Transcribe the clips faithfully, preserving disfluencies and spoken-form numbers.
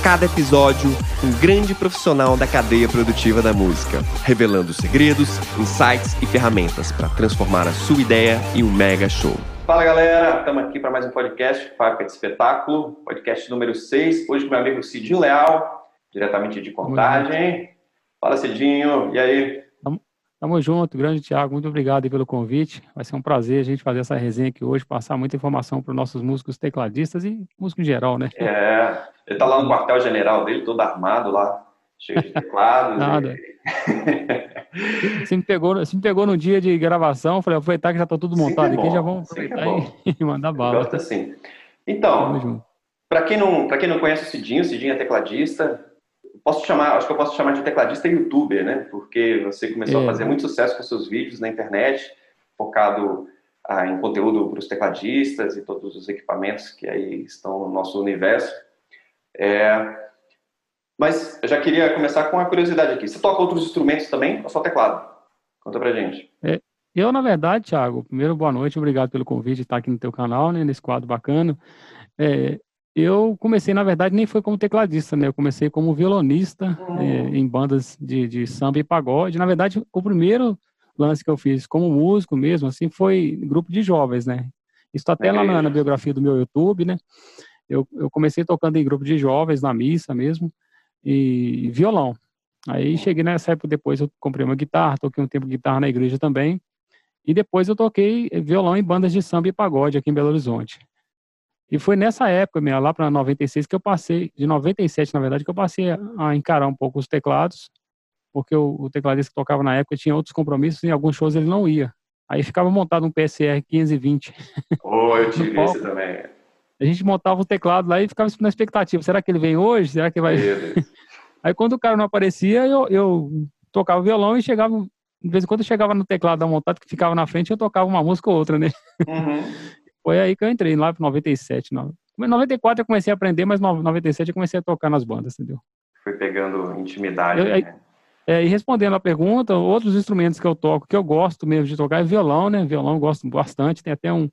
cada episódio, um grande profissional da cadeia produtiva da música, revelando segredos, insights e ferramentas para transformar a sua ideia em um mega show. Fala galera, estamos aqui para mais um podcast, Fábrica de Espetáculo, podcast número seis, hoje com meu amigo Cidinho Leal, diretamente de Contagem. Fala Cidinho, e aí? Tamo, tamo junto, grande Thiago, muito obrigado aí pelo convite, vai ser um prazer a gente fazer essa resenha aqui hoje, passar muita informação para os nossos músicos tecladistas e músicos em geral, né? É, ele tá lá no quartel-general dele, todo armado lá, cheio de teclados. Nada. E... Você me pegou, você me pegou no dia de gravação, falei, aproveitar que já tá tudo montado aqui, já vamos aproveitar e, e mandar bala. Gosto assim. Então, para quem não, para quem não conhece o Cidinho, o Cidinho é tecladista. Posso chamar, acho que eu posso chamar de tecladista youtuber, né? Porque você começou é. a fazer muito sucesso com seus vídeos na internet, focado ah, em conteúdo para os tecladistas e todos os equipamentos que aí estão no nosso universo. É... Mas eu já queria começar com uma curiosidade aqui. Você toca outros instrumentos também ou só teclado? Conta pra gente. É, eu, na verdade, Thiago, primeiro, boa noite, obrigado pelo convite de estar aqui no teu canal, né, nesse quadro bacana. É, eu comecei, na verdade, nem foi como tecladista, né? Eu comecei como violonista uhum. é, em bandas de, de samba e pagode. Na verdade, o primeiro lance que eu fiz como músico mesmo, assim, foi grupo de jovens, né? Isso tá até é lá na, na biografia do meu YouTube, né? Eu, eu comecei tocando em grupo de jovens, na missa mesmo, e violão. Aí cheguei nessa época, depois eu comprei uma guitarra, toquei um tempo guitarra na igreja também, e depois eu toquei violão em bandas de samba e pagode aqui em Belo Horizonte. E foi nessa época, minha, lá para noventa e seis, que eu passei, de noventa e sete, na verdade, que eu passei a, a encarar um pouco os teclados, porque o, o tecladista que tocava na época tinha outros compromissos, e em alguns shows ele não ia. Aí ficava montado um P S R quinhentos e vinte. Oh, eu tive esse também. A gente montava o teclado lá e ficava na expectativa. Será que ele vem hoje? Será que vai... Aí quando o cara não aparecia, eu, eu tocava o violão e chegava... De vez em quando eu chegava no teclado da montada, que ficava na frente, eu tocava uma música ou outra, né? Uhum. Foi aí que eu entrei, lá para noventa e sete. Em noventa e quatro eu comecei a aprender, mas em noventa e sete eu comecei a tocar nas bandas, entendeu? Foi pegando intimidade, eu, né? É, e respondendo a pergunta, outros instrumentos que eu toco, que eu gosto mesmo de tocar, é violão, né? Violão eu gosto bastante, tem até um...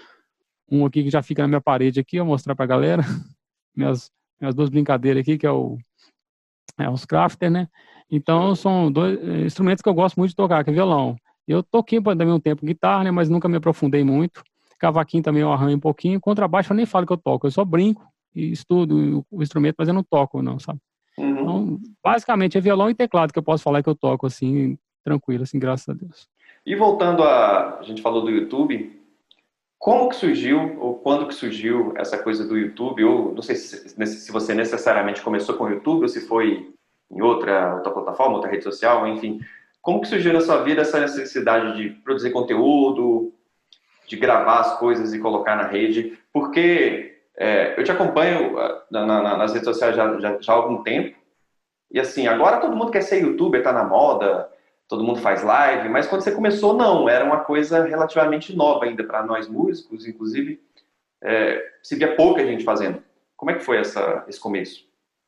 Um aqui que já fica na minha parede aqui, eu vou mostrar pra galera. Minhas, minhas duas brincadeiras aqui, que é o é os crafter, né? Então, são dois instrumentos que eu gosto muito de tocar, que é violão. Eu toquei também um tempo guitarra, né? Mas nunca me aprofundei muito. Cavaquinho também eu arranho um pouquinho. Contrabaixo eu nem falo que eu toco, eu só brinco e estudo o instrumento, mas eu não toco, não, sabe? Uhum. Então, basicamente, é violão e teclado que eu posso falar que eu toco, assim, tranquilo, assim, graças a Deus. E voltando a... A gente falou do YouTube... Como que surgiu, ou quando que surgiu essa coisa do YouTube? Ou não sei se, se você necessariamente começou com o YouTube, ou se foi em outra, outra plataforma, outra rede social, enfim. Como que surgiu na sua vida essa necessidade de produzir conteúdo, de gravar as coisas e colocar na rede? Porque é, eu te acompanho na, na, nas redes sociais já, já, já há algum tempo, e assim, agora todo mundo quer ser youtuber, tá na moda... Todo mundo faz live, mas quando você começou, não. Era uma coisa relativamente nova ainda para nós músicos, inclusive, é, se via pouca gente fazendo. Como é que foi essa, esse começo?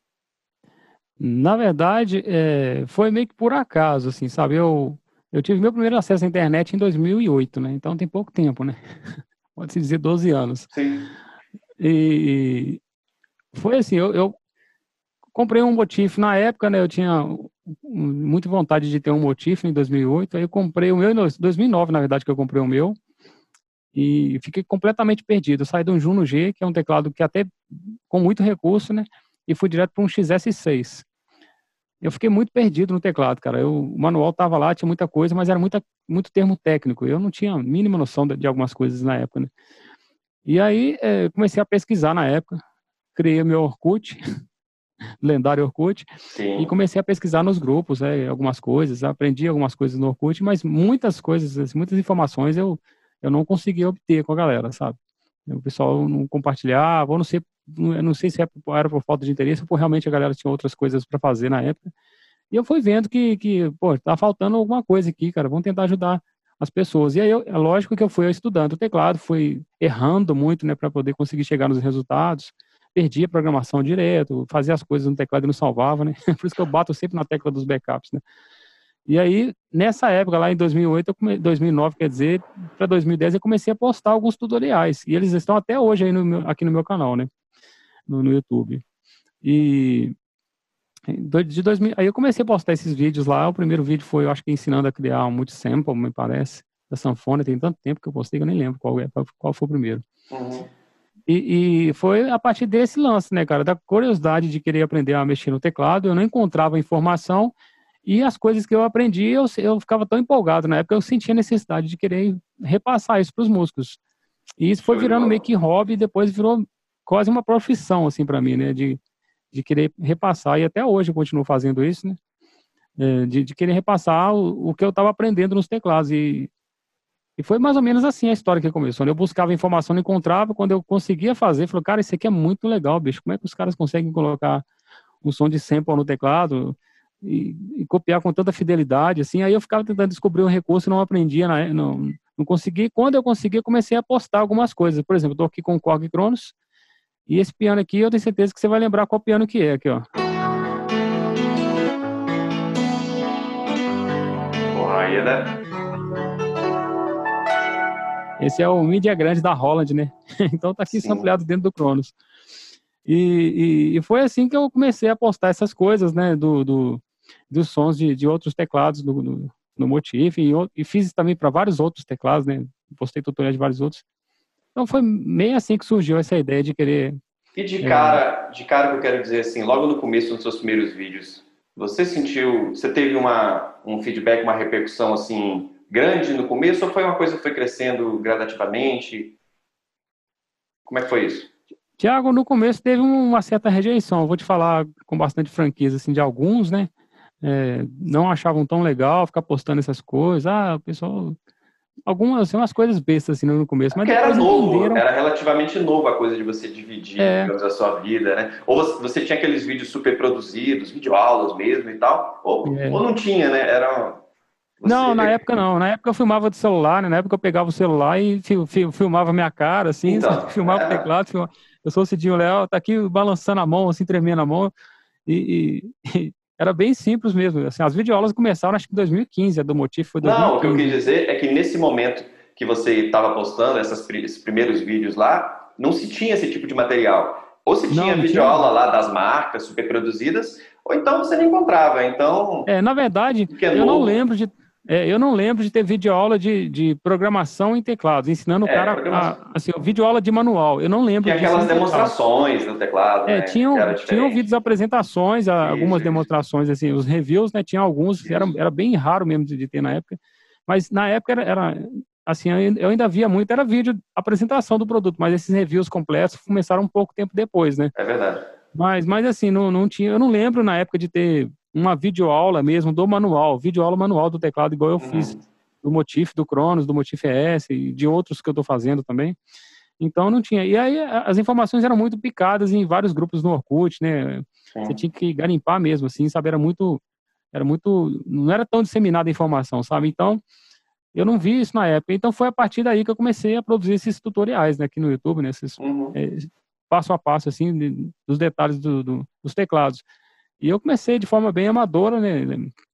Na verdade, é, foi meio que por acaso, assim, sabe? Eu, eu tive meu primeiro acesso à internet em dois mil e oito, né? Então tem pouco tempo, né? Pode-se dizer doze anos. Sim. E foi assim, eu, eu comprei um motif na época, né? Eu tinha muita vontade de ter um motif em dois mil e oito, aí eu comprei o meu em dois mil e nove, na verdade, que eu comprei o meu, e fiquei completamente perdido. Eu saí de um Juno G, que é um teclado que até com muito recurso, né? E fui direto para um X S seis. Eu fiquei muito perdido no teclado, cara. Eu, o manual tava lá, tinha muita coisa, mas era muita, muito termo técnico. Eu não tinha a mínima noção de, de algumas coisas na época, né? E aí, é, comecei a pesquisar na época, criei o meu Orkut, lendário Orkut, Sim. e comecei a pesquisar nos grupos, né, algumas coisas, aprendi algumas coisas no Orkut, mas muitas coisas, muitas informações eu, eu não conseguia obter com a galera, sabe? O pessoal não compartilhava, ou não sei, eu não sei se era por falta de interesse ou por realmente a galera tinha outras coisas para fazer na época. E eu fui vendo que, que, pô, tá faltando alguma coisa aqui, cara, vamos tentar ajudar as pessoas. E aí, eu, é lógico que eu fui estudando o teclado, fui errando muito, né, para poder conseguir chegar nos resultados. Perdi a programação direto, fazia as coisas no teclado e não salvava, né? Por isso que eu bato sempre na tecla dos backups, né? E aí, nessa época, lá em dois mil e oito, eu come... dois mil e nove, quer dizer, para dois mil e dez, eu comecei a postar alguns tutoriais. E eles estão até hoje aí no meu... aqui no meu canal, né? No, no YouTube. E de dois mil, aí eu comecei a postar esses vídeos lá. O primeiro vídeo foi, eu acho que ensinando a criar um multisample, me parece, da sanfona. Tem tanto tempo que eu postei que eu nem lembro qual, é, qual foi o primeiro. Uhum. E, e foi a partir desse lance, né, cara, da curiosidade de querer aprender a mexer no teclado. Eu não encontrava informação e as coisas que eu aprendi, eu, eu ficava tão empolgado. Na época eu sentia necessidade de querer repassar isso para os músicos. E isso foi virando meio que hobby e depois virou quase uma profissão, assim, para mim, né, de de querer repassar, e até hoje eu continuo fazendo isso, né, é, de, de querer repassar o, o que eu estava aprendendo nos teclados, e, e foi mais ou menos assim a história que começou, né? Eu buscava informação, não encontrava, quando eu conseguia fazer, falei, cara, isso aqui é muito legal, bicho, como é que os caras conseguem colocar um som de sample no teclado e, e copiar com tanta fidelidade, assim, aí eu ficava tentando descobrir um recurso e não aprendia, né? não, não conseguia, quando eu conseguia, comecei a postar algumas coisas, por exemplo, eu tô aqui com o Korg Kronos. E esse piano aqui, eu tenho certeza que você vai lembrar qual piano que é, aqui, ó. Porra, aí, né? Esse é o mídia grande da Roland, né? Então tá aqui Sim. sampleado dentro do Kronos. E, e, e foi assim que eu comecei a postar essas coisas, né? Do, do, dos sons de, de outros teclados no, no, no Motif. E, e fiz também para vários outros teclados, né? Postei tutoriais de vários outros. Então foi meio assim que surgiu essa ideia de querer... E de cara, é... de cara que eu quero dizer assim, logo no começo dos seus primeiros vídeos, você sentiu, você teve uma, um feedback, uma repercussão assim grande no começo, ou foi uma coisa que foi crescendo gradativamente? Como é que foi isso? Tiago, no começo teve uma certa rejeição, eu vou te falar com bastante franqueza, assim, de alguns, né? É, não achavam tão legal ficar postando essas coisas. Ah, o pessoal... Algumas, assim, umas coisas bestas, assim, no começo. Mas porque depois era novo, entenderam... era relativamente novo a coisa de você dividir, é. digamos, a sua vida, né? Ou você, você tinha aqueles vídeos super produzidos, videoaulas mesmo e tal, ou, é. ou não tinha, né? Era... Você... Não, na época não. Na época eu filmava do celular, né? Na época eu pegava o celular e fil, fil, filmava minha cara, assim, então, filmava é... o teclado. Filmava... Eu sou o Cidinho Léo, tá aqui balançando a mão, assim, tremendo a mão. E, e, e era bem simples mesmo. Assim, as videoaulas começaram, acho que em dois mil e quinze, a do Motif foi dois mil e quinze. Não, o que eu quis dizer é que nesse momento que você estava postando essas, esses primeiros vídeos lá, não se tinha esse tipo de material. Ou se tinha não, videoaula tinha... lá das marcas super produzidas, ou então você não encontrava. Então, é, na verdade, é eu novo, não lembro de é, eu não lembro de ter videoaula de, de programação em teclados, ensinando o é, cara a, assim, videoaula de manual. Eu não lembro tinha disso. aquelas demonstrações no teclado, É, né? Que tinham, era tinham vídeos apresentações, isso, algumas isso. demonstrações, assim, os reviews, né? Tinha alguns, era, era bem raro mesmo de, de ter na época. Mas na época era, era assim, eu ainda via muito, era vídeo, apresentação do produto, mas esses reviews completos começaram um pouco tempo depois, né? É verdade. Mas, mas assim, não, não tinha, eu não lembro na época de ter uma videoaula mesmo do manual, videoaula manual do teclado, igual eu uhum. fiz do Motif, do Kronos, do Motif E S e de outros que eu estou fazendo também. Então não tinha. E aí as informações eram muito picadas em vários grupos no Orkut, né? Sim. Você tinha que garimpar mesmo, assim, sabe? Era muito, era muito, não era tão disseminada a informação, sabe? Então eu não vi isso na época. Então foi a partir daí que eu comecei a produzir esses tutoriais, né, aqui no YouTube, né? Esses, uhum. é, passo a passo, assim, de, dos detalhes do, do, dos teclados. E eu comecei de forma bem amadora, né?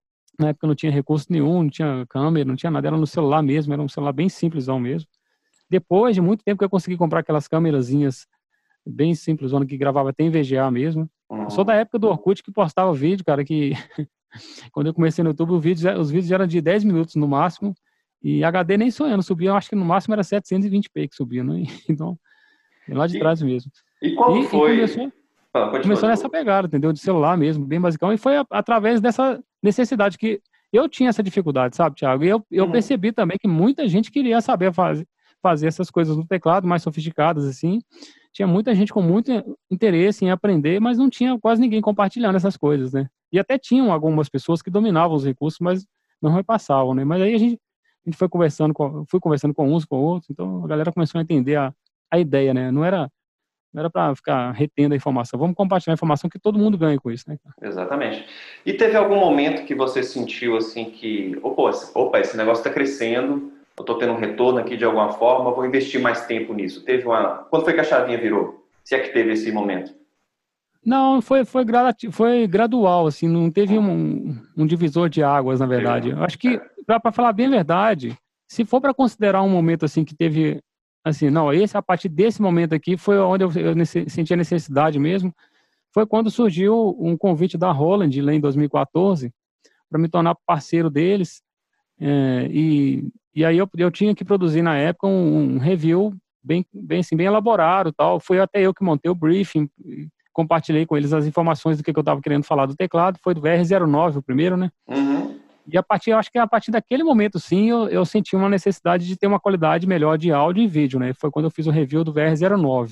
Na época não tinha recurso nenhum, não tinha câmera, não tinha nada, era no celular mesmo, era um celular bem simplesão mesmo. Depois de muito tempo que eu consegui comprar aquelas câmerazinhas bem simples, que gravava até em V G A mesmo. Uhum. Eu sou da época do Orkut que postava vídeo, cara, que quando eu comecei no YouTube, os vídeos, os vídeos eram de dez minutos no máximo, e H D nem sonhando, subia, eu acho que no máximo era setecentos e vinte p que subia, né? Então, lá de trás mesmo. E qual e, foi? E começou, ah, começou nessa pegada, entendeu? De celular mesmo, bem basicão, e foi a, através dessa necessidade que eu tinha essa dificuldade, sabe, Thiago? E eu, eu uhum. percebi também que muita gente queria saber fazer, fazer essas coisas no teclado, mais sofisticadas, assim. Tinha muita gente com muito interesse em aprender, mas não tinha quase ninguém compartilhando essas coisas, né? E até tinham algumas pessoas que dominavam os recursos, mas não repassavam, né? Mas aí a gente, a gente foi conversando com, fui conversando com uns, com outros, então a galera começou a entender a, a ideia, né? Não era, não era para ficar retendo a informação, vamos compartilhar a informação que todo mundo ganha com isso, né? Exatamente. E teve algum momento que você sentiu assim que, opa, opa esse negócio está crescendo, eu estou tendo um retorno aqui de alguma forma, vou investir mais tempo nisso. Teve uma... Quando foi que a chavinha virou? Se é que teve esse momento? Não, foi, foi, gradati... foi gradual, assim, não teve um, um divisor de águas, na verdade. Eu acho que, para falar bem a verdade, se for para considerar um momento assim que teve, assim, não, esse, a partir desse momento aqui foi onde eu, eu senti a necessidade mesmo, foi quando surgiu um convite da Roland, lá em dois mil e quatorze, para me tornar parceiro deles, é, e, e aí eu, eu tinha que produzir na época um, um review bem, bem, assim, bem elaborado, tal. Foi até eu que montei o briefing, compartilhei com eles as informações do que, que eu estava querendo falar do teclado. Foi do V R zero nove o primeiro, né? Uhum. E a partir, eu acho que a partir daquele momento, sim, eu, eu senti uma necessidade de ter uma qualidade melhor de áudio e vídeo, né? Foi quando eu fiz o review do V R zero nove.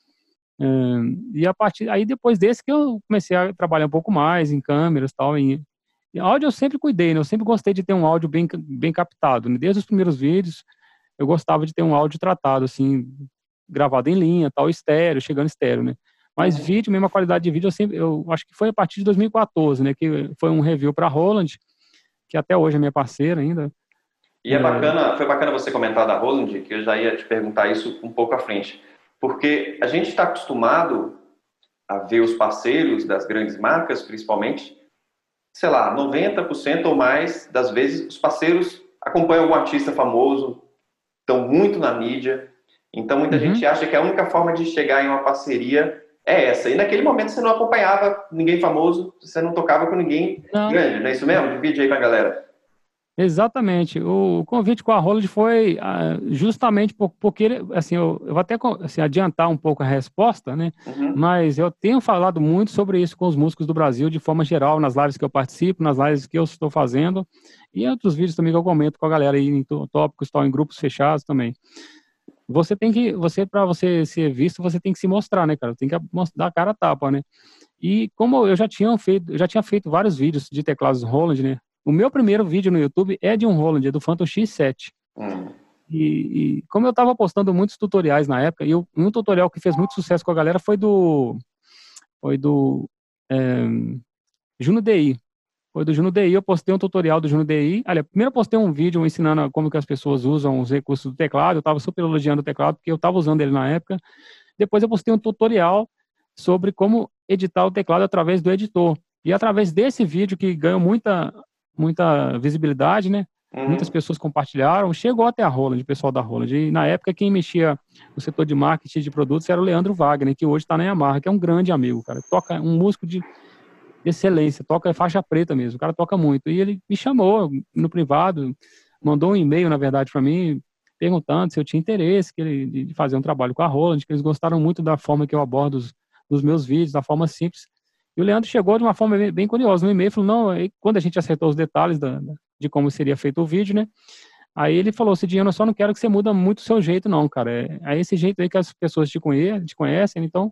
Um, e a partir aí depois desse que eu comecei a trabalhar um pouco mais em câmeras, tal, em, em áudio eu sempre cuidei, né? Eu sempre gostei de ter um áudio bem bem captado, né? Desde os primeiros vídeos eu gostava de ter um áudio tratado assim, gravado em linha, tal, estéreo, chegando estéreo, né? Mas Uhum. vídeo, mesmo a qualidade de vídeo, eu sempre, eu acho que foi a partir de dois mil e quatorze, né? Que foi um review para Roland, que até hoje é minha parceira ainda. E é bacana, foi bacana você comentar da Roland, que eu já ia te perguntar isso um pouco à frente. Porque a gente está acostumado a ver os parceiros das grandes marcas, principalmente, sei lá, noventa por cento ou mais das vezes os parceiros acompanham algum artista famoso, estão muito na mídia, então muita Uhum. gente acha que a única forma de chegar em uma parceria é essa. E naquele momento você não acompanhava ninguém famoso, você não tocava com ninguém Não. grande, não é isso mesmo? Divide aí com a galera. Exatamente. O convite com a Roland foi ah, justamente por, porque, ele- assim, eu, eu vou até assim, adiantar um pouco a resposta, né? Uhum. Mas eu tenho falado muito sobre isso com os músicos do Brasil, de forma geral, nas lives que eu participo, nas lives que eu estou fazendo, e em outros vídeos também que eu comento com a galera aí em tó- tópicos, tal, em grupos fechados também. Você tem que, você, para você ser visto, você tem que se mostrar, né, cara? Tem que mos- dar a cara a tapa, né? E como eu já tinha feito, eu já tinha feito vários vídeos de teclados Roland, né? O meu primeiro vídeo no YouTube é de um Roland, é do Phantom X sete. Hum. E, e como eu estava postando muitos tutoriais na época, e eu, um tutorial que fez muito sucesso com a galera foi do foi do é, Juno D I. Foi do Juno D I, eu postei um tutorial do Juno D I. Aliás, primeiro eu postei um vídeo ensinando como que as pessoas usam os recursos do teclado. Eu estava super elogiando o teclado, porque eu estava usando ele na época. Depois eu postei um tutorial sobre como editar o teclado através do editor. E através desse vídeo, que ganhou muita, muita visibilidade, né? Muitas Uhum. pessoas compartilharam, chegou até a Roland, o pessoal da Roland. E na época, quem mexia no setor de marketing de produtos era o Leandro Wagner, que hoje está na Yamaha, que é um grande amigo, cara. Toca um músico de excelência, toca faixa preta mesmo, o cara toca muito. E ele me chamou no privado, mandou um e-mail, na verdade, para mim, perguntando se eu tinha interesse que ele, de fazer um trabalho com a Roland, que eles gostaram muito da forma que eu abordo os, os meus vídeos, da forma simples. E o Leandro chegou de uma forma bem, bem curiosa no e-mail, falou, não, aí, quando a gente acertou os detalhes da, de como seria feito o vídeo, né, aí ele falou, Cidinho, eu só não quero que você muda muito o seu jeito, não, cara, é, é esse jeito aí que as pessoas te, conhe te conhecem, então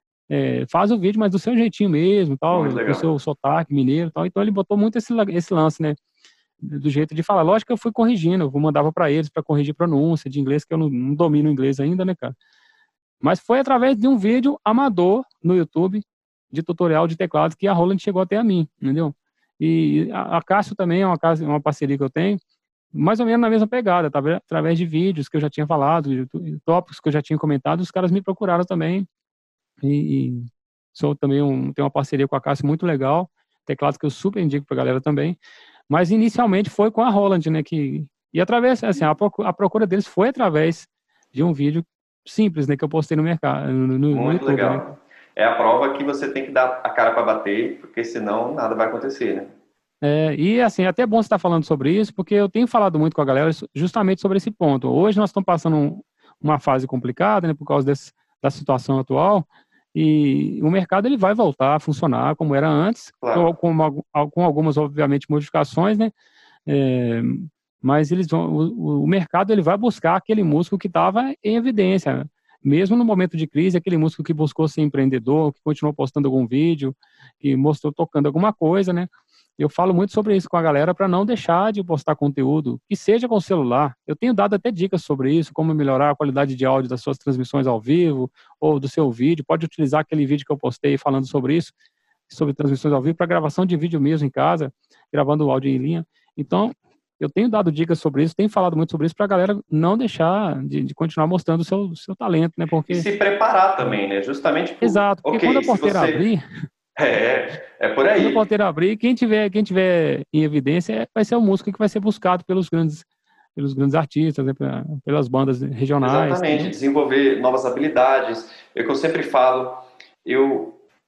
é, faz o vídeo, mas do seu jeitinho mesmo, Muito tal, com o legal. seu sotaque mineiro, tal. Então ele botou muito esse, esse lance, né, do jeito de falar. Lógico que eu fui corrigindo, eu mandava para eles para corrigir pronúncia de inglês, que eu não, não domino inglês ainda, né, cara. Mas foi através de um vídeo amador no YouTube de tutorial de teclado que a Roland chegou até a mim, entendeu? E a, a Cássio também é uma, uma parceria que eu tenho, mais ou menos na mesma pegada, tá, através de vídeos que eu já tinha falado, de tópicos que eu já tinha comentado, os caras me procuraram também e, e sou também um, tenho uma parceria com a Cássio muito legal, teclados que eu super indico pra galera também, mas inicialmente foi com a Roland, né, que, e através, assim, a procura, a procura deles foi através de um vídeo simples, né, que eu postei no mercado, no, no, no Muito YouTube, né. legal. É a prova que você tem que dar a cara para bater, porque senão nada vai acontecer, né? É, e assim, é até bom você estar falando sobre isso, porque eu tenho falado muito com a galera justamente sobre esse ponto. Hoje nós estamos passando um, uma fase complicada, né, por causa desse, da situação atual, e o mercado ele vai voltar a funcionar como era antes, com, Claro. com, com algumas, obviamente, modificações, né, é, mas eles vão, o, o mercado ele vai buscar aquele músico que estava em evidência, mesmo no momento de crise, aquele músico que buscou ser empreendedor, que continuou postando algum vídeo, que mostrou tocando alguma coisa, né. Eu falo muito sobre isso com a galera para não deixar de postar conteúdo, que seja com o celular. Eu tenho dado até dicas sobre isso, como melhorar a qualidade de áudio das suas transmissões ao vivo ou do seu vídeo. Pode utilizar aquele vídeo que eu postei falando sobre isso, sobre transmissões ao vivo, para gravação de vídeo mesmo em casa, gravando o áudio em linha. Então, eu tenho dado dicas sobre isso, tenho falado muito sobre isso para a galera não deixar de, de continuar mostrando o seu, seu talento, né? E Porque, se preparar também, né? Justamente por, exato, porque quando ok, a se porteira você abrir, é, é por quando a aí. porteira abrir, quem tiver, quem tiver em evidência é- vai ser o músico que vai ser buscado pelos grandes, pelos grandes artistas, né, pra- pelas bandas regionais, Exatamente, entendeu? desenvolver novas habilidades. É o que eu sempre falo, eu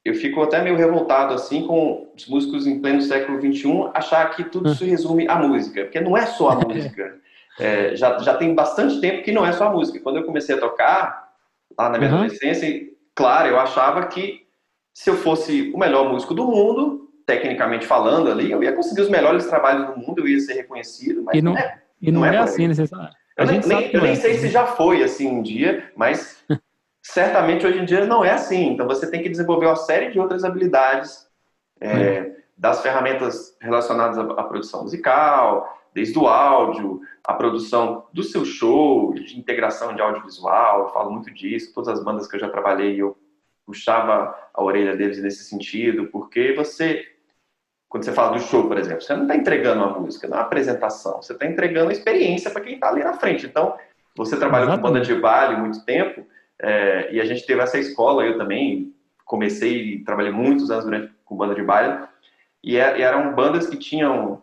eu fico até meio revoltado, assim, com os músicos em pleno século vinte e um achar que tudo se resume à música, porque não é só a música. É, já, já tem bastante tempo que não é só a música. Quando eu comecei a tocar, lá na minha Uhum. adolescência, claro, eu achava que se eu fosse o melhor músico do mundo, tecnicamente falando ali, eu ia conseguir os melhores trabalhos do mundo, eu ia ser reconhecido, mas E não não, é, e não não é é por assim, aí. né? Você sabe? Eu A nem, gente sabe nem- que eu não é nem sei assim, se né? já foi assim um dia, mas certamente hoje em dia não é assim. Então você tem que desenvolver uma série de outras habilidades, É. é, das ferramentas relacionadas à, à produção musical, desde o áudio, a produção do seu show, de integração de audiovisual, eu falo muito disso. Todas as bandas que eu já trabalhei, eu puxava a orelha deles nesse sentido, porque você, quando você fala do show, por exemplo, você não está entregando uma música, não é uma apresentação, você está entregando a experiência para quem está ali na frente. Então, você trabalha com banda de Exatamente. baile muito tempo, é, e a gente teve essa escola, eu também comecei e trabalhei muitos anos durante, com banda de baile, e, é, e eram bandas que tinham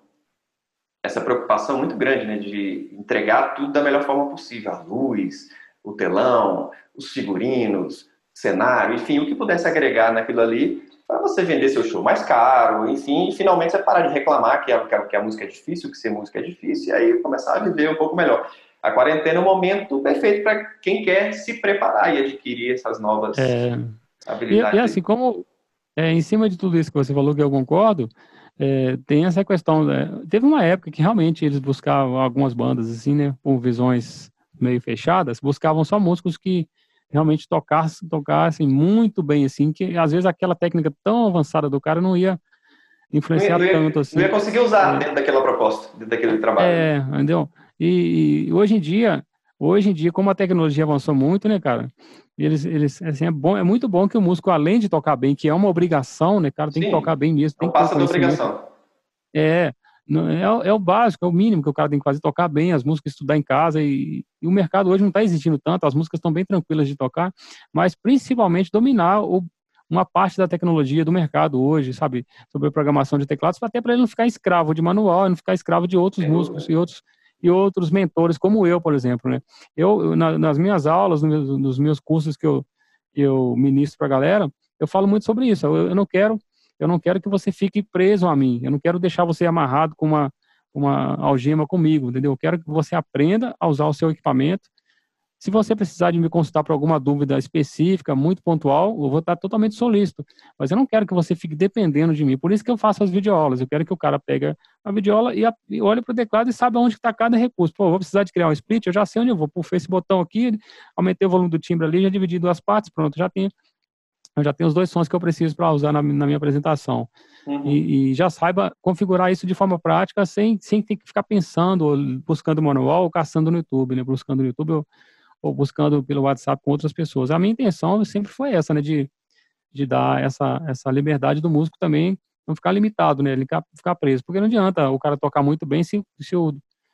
essa preocupação muito grande, né, de entregar tudo da melhor forma possível, a luz, o telão, os figurinos, cenário, enfim, o que pudesse agregar naquilo ali para você vender seu show mais caro, enfim, e finalmente você parar de reclamar que a, que a música é difícil, que ser música é difícil, e aí começar a viver um pouco melhor. A quarentena é o momento perfeito para quem quer se preparar e adquirir essas novas É, e, e habilidades assim, aí. como é, em cima de tudo isso que você falou, que eu concordo, é, tem essa questão, né? Teve uma época que realmente eles buscavam algumas bandas, assim, né, com visões meio fechadas, buscavam só músicos que realmente tocassem, tocassem muito bem, assim, que às vezes aquela técnica tão avançada do cara não ia Não ia, influenciar não tanto, ia, não ia assim. conseguir usar É, dentro daquela proposta, dentro daquele trabalho. é, entendeu? E, e hoje em dia, hoje em dia, como a tecnologia avançou muito, né, cara? Eles, eles, assim, é bom, é muito bom que o músico, além de tocar bem, que é uma obrigação, né, cara, tem que tocar Sim, bem mesmo, é tem um que ter o passo da conhecimento. obrigação. É, não- é, o- é o básico, é o mínimo que o cara tem que fazer, tocar bem as músicas, estudar em casa e, e o mercado hoje não está exigindo tanto, as músicas estão bem tranquilas de tocar, mas principalmente dominar o, uma parte da tecnologia do mercado hoje, sabe, sobre a programação de teclados, até para ele não ficar escravo de manual, não ficar escravo de outros Sem músicos dúvida. e outros e outros mentores, como eu, por exemplo, né? Eu, eu, na- nas minhas aulas, nos meus, nos meus cursos que eu, que eu ministro para a galera, eu falo muito sobre isso. Eu, eu não quero eu não quero que você fique preso a mim. Eu não quero deixar você amarrado com uma, uma algema comigo, entendeu? Eu quero que você aprenda a usar o seu equipamento. Se você precisar de me consultar para alguma dúvida específica, muito pontual, eu vou estar totalmente solícito. Mas eu não quero que você fique dependendo de mim. Por isso que eu faço as videoaulas. Eu quero que o cara pegue a videoaula e, a, e olhe para o teclado e saiba onde está cada recurso. Pô, eu vou precisar de criar um split, eu já sei onde eu vou. Pufei esse botão aqui, aumentei o volume do timbre ali, já dividi em duas partes, pronto, já tenho eu já tenho os dois sons que eu preciso para usar na, na minha apresentação. Uhum. E, e já saiba configurar isso de forma prática, sem, sem ter que ficar pensando, ou buscando manual, ou caçando no YouTube, né? Buscando no YouTube ou, ou buscando pelo WhatsApp com outras pessoas. A minha intenção sempre foi essa, né? De, de dar essa, essa liberdade do músico também, não ficar limitado, né? Ele ficar, ficar preso. Porque não adianta o cara tocar muito bem se, se o,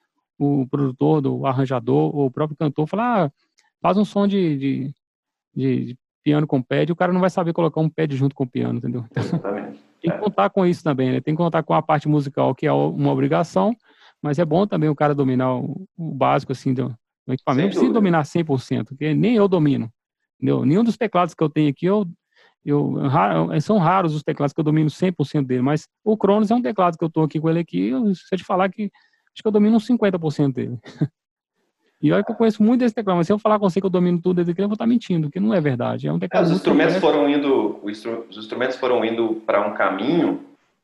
o produtor, o arranjador, ou o próprio cantor falar, ah, faz um som de, de, de, de piano com pad, o cara não vai saber colocar um pad junto com o piano, entendeu? Exatamente. Tem que É. contar com isso também, né? Tem que contar com a parte musical, que é uma obrigação, mas é bom também o cara dominar o, o básico, assim, do, do equipamento. Não Sem precisa dúvida. dominar cem por cento, porque nem eu domino, entendeu? Nenhum dos teclados que eu tenho aqui, eu, eu, ra- são raros os teclados que eu domino cem por cento dele, mas o Cronos é um teclado que eu estou aqui com ele aqui, eu, se eu te falar que acho que eu domino uns cinquenta por cento dele. E olha que eu conheço muito desse teclado, mas se eu falar com você que eu domino tudo desse aqui, eu vou estar mentindo, porque não é verdade. É um É, teclado os muito instrumentos complexo. foram indo, o instru- os instrumentos foram indo para um caminho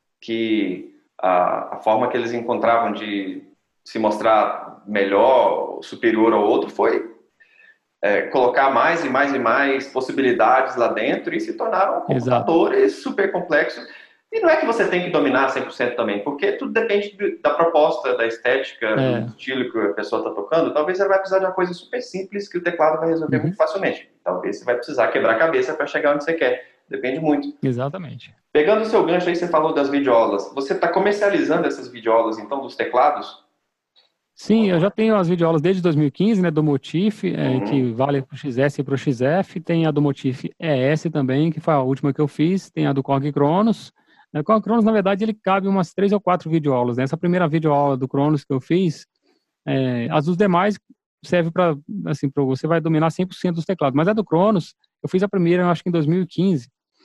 que a, a forma que eles encontravam de se mostrar melhor, superior ao outro, foi é, colocar mais e mais e mais possibilidades lá dentro e se tornaram Exato. computadores super complexos. E não é que você tem que dominar cem por cento também, porque tudo depende do, da proposta, da estética, do É. estilo que a pessoa está tocando. Talvez você vai precisar de uma coisa super simples que o teclado vai resolver muito Uhum. facilmente. Talvez você vai precisar quebrar a cabeça para chegar onde você quer. Depende muito. Exatamente. Pegando o seu gancho aí, você falou das videoaulas. Você está comercializando essas videoaulas, então, dos teclados? Sim, eu já tenho as videoaulas desde dois mil e quinze, né, do Motif, é, que Uhum. vale para o X S e para o X F. Tem a do Motif E S também, que foi a última que eu fiz. Tem a do Korg Cronos. O Korg Cronos, na verdade, ele cabe umas três ou quatro videoaulas, né? Essa primeira videoaula do Cronos que eu fiz, é, as dos demais serve para, assim, para você vai dominar cem por cento dos teclados. Mas a do Cronos, eu fiz a primeira, eu acho que em dois mil e quinze.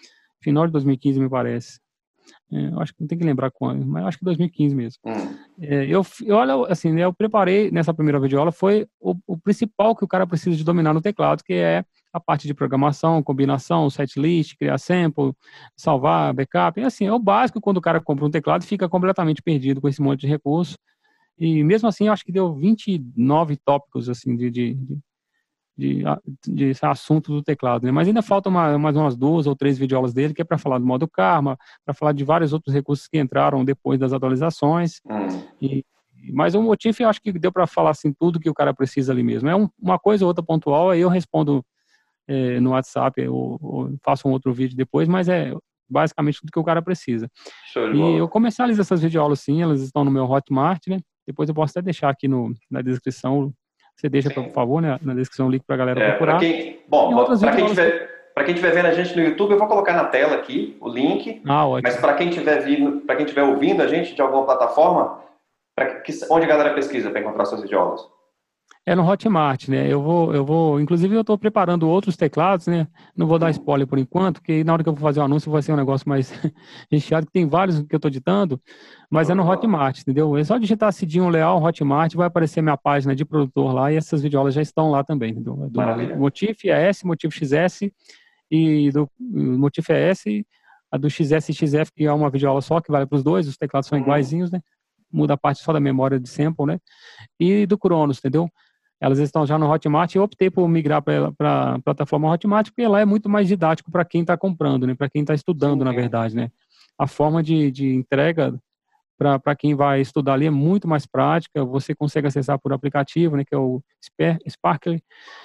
final de dois mil e quinze, me parece. É, eu acho que não tem que lembrar quando, mas eu acho que dois mil e quinze mesmo. Hum. É, eu, eu, olha, assim, né, eu preparei nessa primeira videoaula, foi o, o principal que o cara precisa de dominar no teclado, que é a parte de programação, combinação, setlist, criar sample, salvar, backup. E, assim, é o básico quando o cara compra um teclado e fica completamente perdido com esse monte de recurso. E mesmo assim, eu acho que deu vinte e nove tópicos, assim, de, de, de, de, de assuntos do teclado, né? Mas ainda faltam uma, mais umas duas ou três videoaulas dele, que é para falar do modo Karma, para falar de vários outros recursos que entraram depois das atualizações. Hum. E, mas o Motif, eu acho que deu para falar, assim, tudo que o cara precisa ali mesmo. É um, uma coisa ou outra pontual, aí eu respondo é, no WhatsApp, ou, ou faço um outro vídeo depois, mas é basicamente tudo que o cara precisa. Show de E bola. eu comercializo essas videoaulas, sim, elas estão no meu Hotmart, né? Depois eu posso até deixar aqui no, na descrição. Você deixa, por favor, né, na descrição o link para a galera É, procurar. pra quem, bom, para quem tiver, para quem tiver vendo a gente no YouTube, eu vou colocar na tela aqui o link. Ah, ótimo. Mas para quem tiver vindo, para quem tiver ouvindo a gente de alguma plataforma, pra que, onde a galera pesquisa para encontrar suas videoaulas? É no Hotmart, né? Eu vou, eu vou, inclusive eu estou preparando outros teclados, né? Não vou dar spoiler por enquanto, porque na hora que eu for fazer o anúncio vai ser um negócio mais recheado, que tem vários que eu estou editando, mas é no Hotmart, entendeu? É só digitar Cidinho Leal, Hotmart, vai aparecer minha página de produtor lá e essas videoaulas já estão lá também, entendeu? Do Maravilha. Motif E S, Motif X S e do Motif E S, a do X S e X F, que é uma videoaula só, que vale para os dois, os teclados são uhum. iguaizinhos, né? Muda a parte só da memória de sample, né? E do Cronos, entendeu? Elas estão já no Hotmart e eu optei por migrar para a plataforma Hotmart, porque lá é muito mais didático para quem está comprando, né? Para quem está estudando, sim, na verdade, né? A forma de, de entrega para quem vai estudar ali é muito mais prática, você consegue acessar por aplicativo, né? Que é o Sparkly.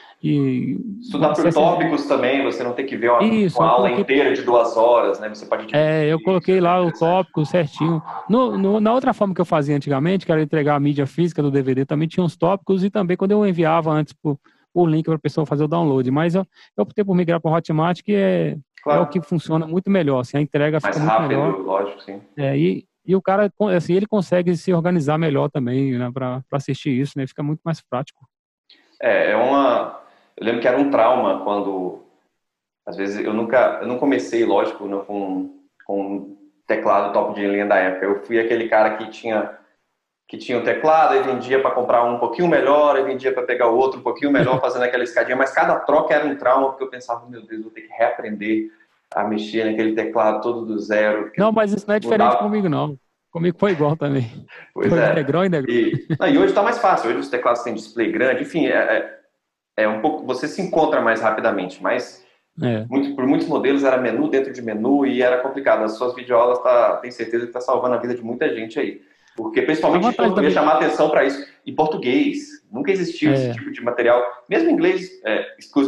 E estudar por tópicos também, você não tem que ver uma, Isso, uma aula coloquei... inteira de duas horas, né? Você pode... É, eu coloquei lá o tópico certinho. No, no, na outra forma que eu fazia antigamente, que era entregar a mídia física do D V D, também tinha uns tópicos e também quando eu enviava antes por, o link para a pessoa fazer o download. Mas eu, eu optei por migrar para o Hotmart, que é, claro, é o que funciona muito melhor. Assim, a entrega mais fica rápido, muito melhor. Lógico, sim. É, e, e o cara, assim, ele consegue se organizar melhor também, né, para assistir isso, né? Fica muito mais prático. É, é uma... Eu lembro que era um trauma quando... Às vezes eu nunca... Eu não comecei, lógico, não, com, com teclado top de linha da época. Eu fui aquele cara que tinha... que tinha um teclado e vendia para comprar um pouquinho melhor, e vendia para pegar o outro um pouquinho melhor, fazendo aquela escadinha. Mas cada troca era um trauma, porque eu pensava, meu Deus, vou ter que reaprender a mexer naquele teclado todo do zero. Não, mas isso não é diferente mudava... comigo, não. Comigo foi igual também. Pois foi é. de degrau em degrau. E, não, e hoje está mais fácil. Hoje os teclados têm display grande. Enfim, é, é, é um pouco... Você se encontra mais rapidamente, mas... É. Muito, por muitos modelos era menu dentro de menu e era complicado. As suas videoaulas, tá, tenho certeza que está salvando a vida de muita gente aí. Porque, principalmente, eu queria chamar atenção para isso. Em português, nunca existiu é. esse tipo de material. Mesmo em inglês, é,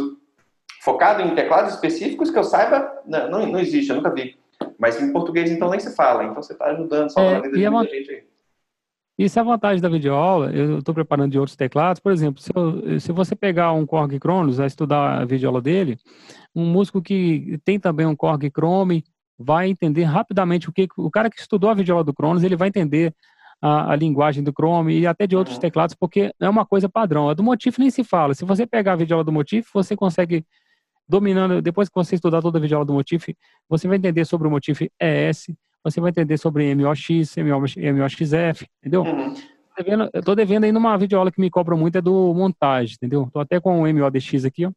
focado em teclados específicos, que eu saiba, não, não, não existe, eu nunca vi. Mas em português, então, nem se fala. Então, você está ajudando, salvando é, a vida de muita gente aí. Isso é a vantagem da videoaula. Eu estou preparando de outros teclados. Por exemplo, se, eu, se você pegar um Korg Kronos, a estudar a videoaula dele, um músico que tem também um Korg Chrome vai entender rapidamente o que... O cara que estudou a videoaula do Kronos, ele vai entender A, a linguagem do Chrome e até de outros uhum. teclados, porque é uma coisa padrão. A do Motif nem se fala. Se você pegar a videoaula do Motif, você consegue, dominando, depois que você estudar toda a videoaula do Motif, você vai entender sobre o Motif E S, você vai entender sobre M O X, M O X F, entendeu? Uhum. Eu tô devendo aí numa videoaula que me cobra muito, é do montagem, entendeu? Tô até com o M O D X aqui, ó.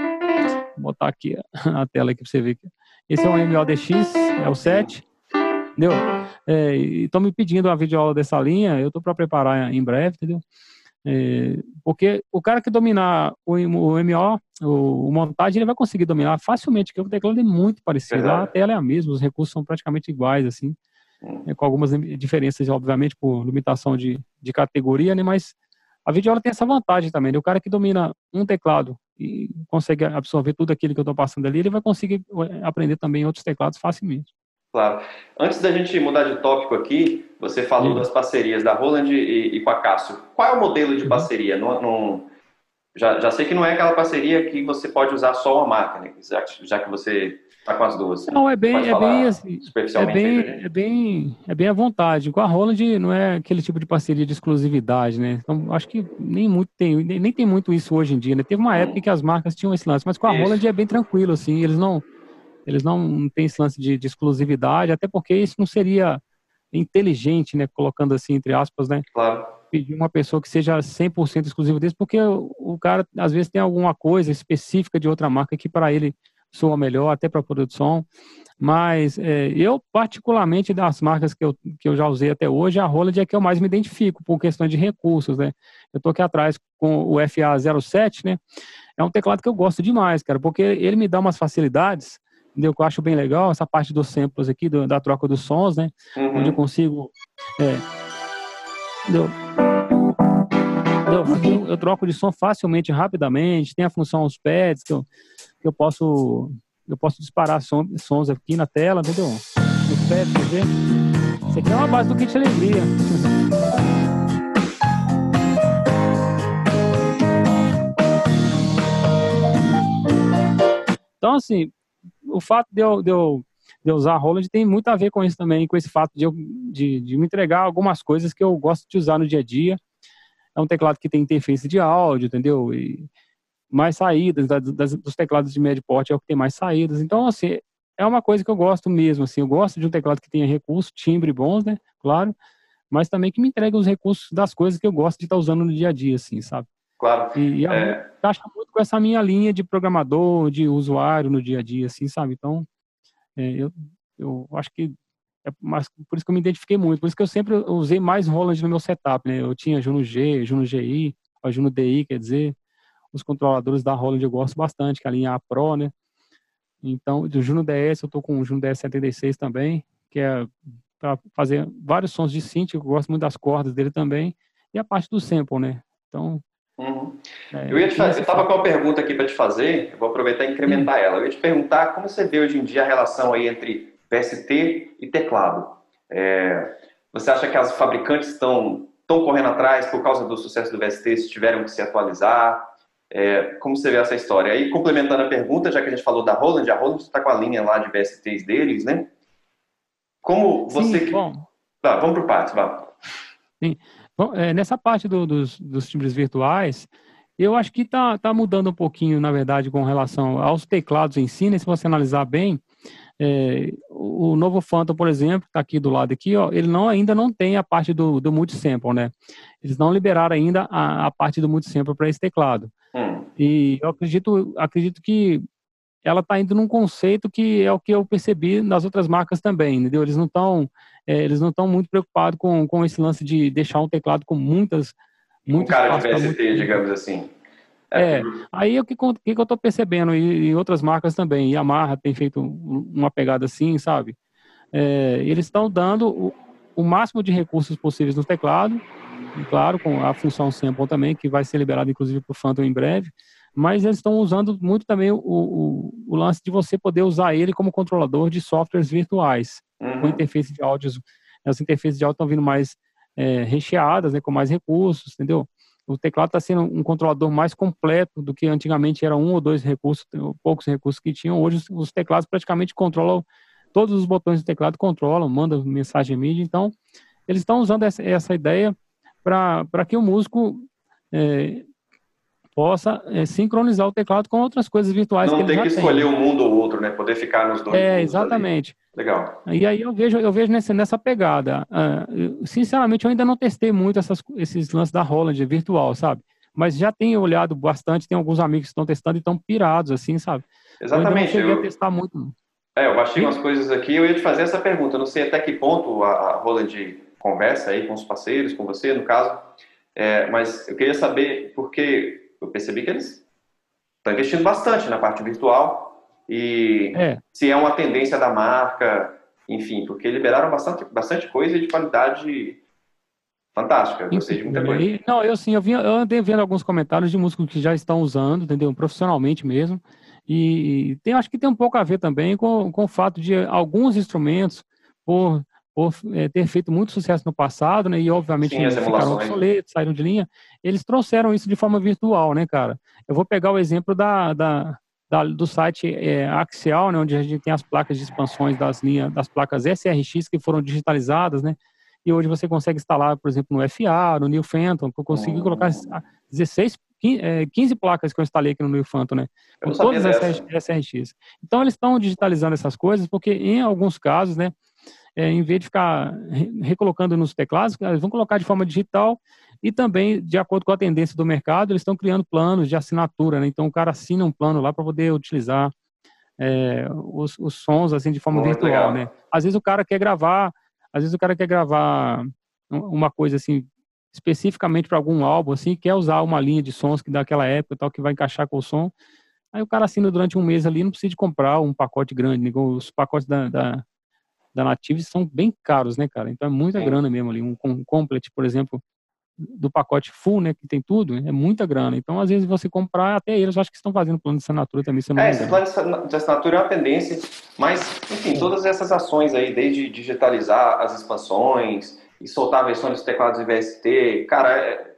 Vou botar aqui a tela aqui pra você ver. Esse é um M O D X, é o sete. Entendeu? É, e estão me pedindo uma videoaula dessa linha, eu estou para preparar em breve, entendeu? É, porque o cara que dominar o, o M O, o, o montagem, ele vai conseguir dominar facilmente, porque o teclado é muito parecido, é. A tela é a mesma, os recursos são praticamente iguais, assim, é, com algumas diferenças, obviamente, por limitação de, de categoria, né? Mas a videoaula tem essa vantagem também, né? O cara que domina um teclado e consegue absorver tudo aquilo que eu estou passando ali, ele vai conseguir aprender também outros teclados facilmente. Claro. Antes da gente mudar de tópico aqui, você falou Sim. das parcerias da Roland e, e com a Cássio. Qual é o modelo de parceria? Uhum. Não, não, já, já sei que não é aquela parceria que você pode usar só uma máquina, já, já que você está com as duas. Não, é bem, é bem assim, é bem, é bem, é bem à vontade. Com a Roland não é aquele tipo de parceria de exclusividade, né? Então, acho que nem muito tem, nem, nem tem muito isso hoje em dia, né? Teve uma hum. época que as marcas tinham esse lance, mas com a isso. Roland é bem tranquilo, assim, eles não Eles não, não têm esse lance de, de exclusividade, até porque isso não seria inteligente, né? Colocando assim, entre aspas, né? Claro. Pedir uma pessoa que seja cem por cento exclusivo desse, porque o, o cara, às vezes, tem alguma coisa específica de outra marca que para ele soa melhor, até para produção. Mas é, eu, particularmente, das marcas que eu, que eu já usei até hoje, a Roland é que eu mais me identifico, por questão de recursos, né? Eu estou aqui atrás com o F A zero sete, né? É um teclado que eu gosto demais, cara, porque ele me dá umas facilidades, entendeu? Que eu acho bem legal, essa parte dos samples aqui, do, da troca dos sons, né? Uhum. Onde eu consigo... É, entendeu? Eu, eu troco de som facilmente, rapidamente, tem a função os pads, que eu, que eu posso... Eu posso disparar som, sons aqui na tela, entendeu? Os pads, quer ver? Isso aqui é uma base do kit alegria. Então, assim, o fato de eu, de eu, de eu usar a Roland tem muito a ver com isso também, com esse fato de, eu, de, de me entregar algumas coisas que eu gosto de usar no dia a dia. É um teclado que tem interface de áudio, entendeu? E mais saídas, das, dos teclados de médio porte é o que tem mais saídas. Então, assim, é uma coisa que eu gosto mesmo, assim, eu gosto de um teclado que tenha recursos, timbre bons, né, claro, mas também que me entregue os recursos das coisas que eu gosto de estar usando no dia a dia, assim, sabe? Claro. E, e a É... encaixa muito com essa minha linha de programador, de usuário no dia a dia, assim, sabe? Então, é, eu, eu acho que é mais, por isso que eu me identifiquei muito, por isso que eu sempre usei mais Roland no meu setup, né? Eu tinha Juno G, Juno G I, ou Juno D I, quer dizer, os controladores da Roland eu gosto bastante, que é a linha A Pro, né? Então, do Juno D S, eu tô com o Juno D S setenta e seis também, que é para fazer vários sons de synth, eu gosto muito das cordas dele também, e a parte do sample, né? Então... Uhum. É, eu ia te fazer, eu estava com uma pergunta aqui para te fazer, eu vou aproveitar e incrementar hum. ela. Eu ia te perguntar como você vê hoje em dia a relação aí entre V S T e teclado. É, você acha que as fabricantes estão estão correndo atrás por causa do sucesso do V S T, se tiveram que se atualizar? É, como você vê essa história? Aí, complementando a pergunta, já que a gente falou da Roland, a Roland está com a linha lá de V S Ts deles, né? Como você... Sim, bom. Tá, vamos para o parte, vamos. Sim. Bom, é, nessa parte do, dos, dos timbres virtuais, eu acho que está tá mudando um pouquinho, na verdade, com relação aos teclados em si, né? Se você analisar bem, é, o novo Phantom, por exemplo, está aqui do lado aqui, ó, ele não, ainda não tem a parte do, do multisample, né? Eles não liberaram ainda a, a parte do multisample para esse teclado. Hum. E eu acredito, acredito que ela está indo num conceito que é o que eu percebi nas outras marcas também, entendeu? Eles não estão é, eles não estão muito preocupados com, com esse lance de deixar um teclado com muitas um cara de V S T, muito... digamos assim. É, é aí o que, que, que eu estou percebendo, e, e outras marcas também, Yamaha tem feito uma pegada assim, sabe? É, eles estão dando o, o máximo de recursos possíveis no teclado, e claro, com a função sample também, que vai ser liberada inclusive para o Phantom em breve, mas eles estão usando muito também o, o, o lance de você poder usar ele como controlador de softwares virtuais, uhum. com interface de áudios. As interfaces de áudio estão vindo mais é, recheadas, né, com mais recursos, entendeu? O teclado está sendo um controlador mais completo do que antigamente era um ou dois recursos, poucos recursos que tinham. Hoje os, os teclados praticamente controlam, todos os botões do teclado controlam, mandam mensagem mídia, então eles estão usando essa, essa ideia para que o músico é, possa é, sincronizar o teclado com outras coisas virtuais. Não que ele tem já que escolher tem. um mundo ou outro, né? Poder ficar nos dois É, mundos exatamente. Ali. Legal. E aí eu vejo, eu vejo nessa, nessa pegada. Uh, eu, sinceramente, eu ainda não testei muito essas, esses lances da Roland virtual, sabe? Mas já tenho olhado bastante, tem alguns amigos que estão testando e estão pirados, assim, sabe? Exatamente. Eu ainda não cheguei eu... a testar muito. É, eu baixei umas coisas aqui, eu ia te fazer essa pergunta. Eu não sei até que ponto a, a Roland conversa aí com os parceiros, com você, no caso. É, mas eu queria saber, porque eu percebi que eles estão investindo bastante na parte virtual e é. se é uma tendência da marca, enfim, porque liberaram bastante, bastante coisa de qualidade fantástica. Eu gostei de muita coisa. E, não, eu sim, eu, vi, eu andei vendo alguns comentários de músicos que já estão usando, entendeu? Profissionalmente mesmo. E tem, acho que tem um pouco a ver também com, com o fato de alguns instrumentos, por, por é, ter feito muito sucesso no passado, né? E obviamente sim, ficaram obsoletos, saíram de linha. Eles trouxeram isso de forma virtual, né, cara? Eu vou pegar o exemplo da, da, da, do site é, Axial, né? Onde a gente tem as placas de expansões das linhas, das placas S R X que foram digitalizadas, né? E hoje você consegue instalar, por exemplo, no F A, no New Phantom, que eu consegui hum. colocar dezesseis quinze placas que eu instalei aqui no New Phantom, né? Com todas as S R X. Então, eles estão digitalizando essas coisas, porque em alguns casos, né, é, em vez de ficar recolocando nos teclados, eles vão colocar de forma digital e também, de acordo com a tendência do mercado, eles estão criando planos de assinatura, né? Então, o cara assina um plano lá para poder utilizar é, os, os sons, assim, de forma Muito virtual, legal. né? Às vezes o cara quer gravar, às vezes o cara quer gravar uma coisa, assim, especificamente para algum álbum, assim, quer usar uma linha de sons que daquela época tal, que vai encaixar com o som. Aí o cara assina durante um mês ali, não precisa de comprar um pacote grande, né? Os pacotes da, da, da Native são bem caros, né, cara? Então é muita Sim. grana mesmo ali. Um, um complete, por exemplo, do pacote full, né, que tem tudo, é muita grana. Então, às vezes, você comprar, até eles, eu acho que estão fazendo plano de assinatura também, se eu não É, me esse engano. plano de assinatura é uma tendência, mas, enfim, todas essas ações aí, desde digitalizar as expansões e soltar versões dos teclados V S T, cara, é,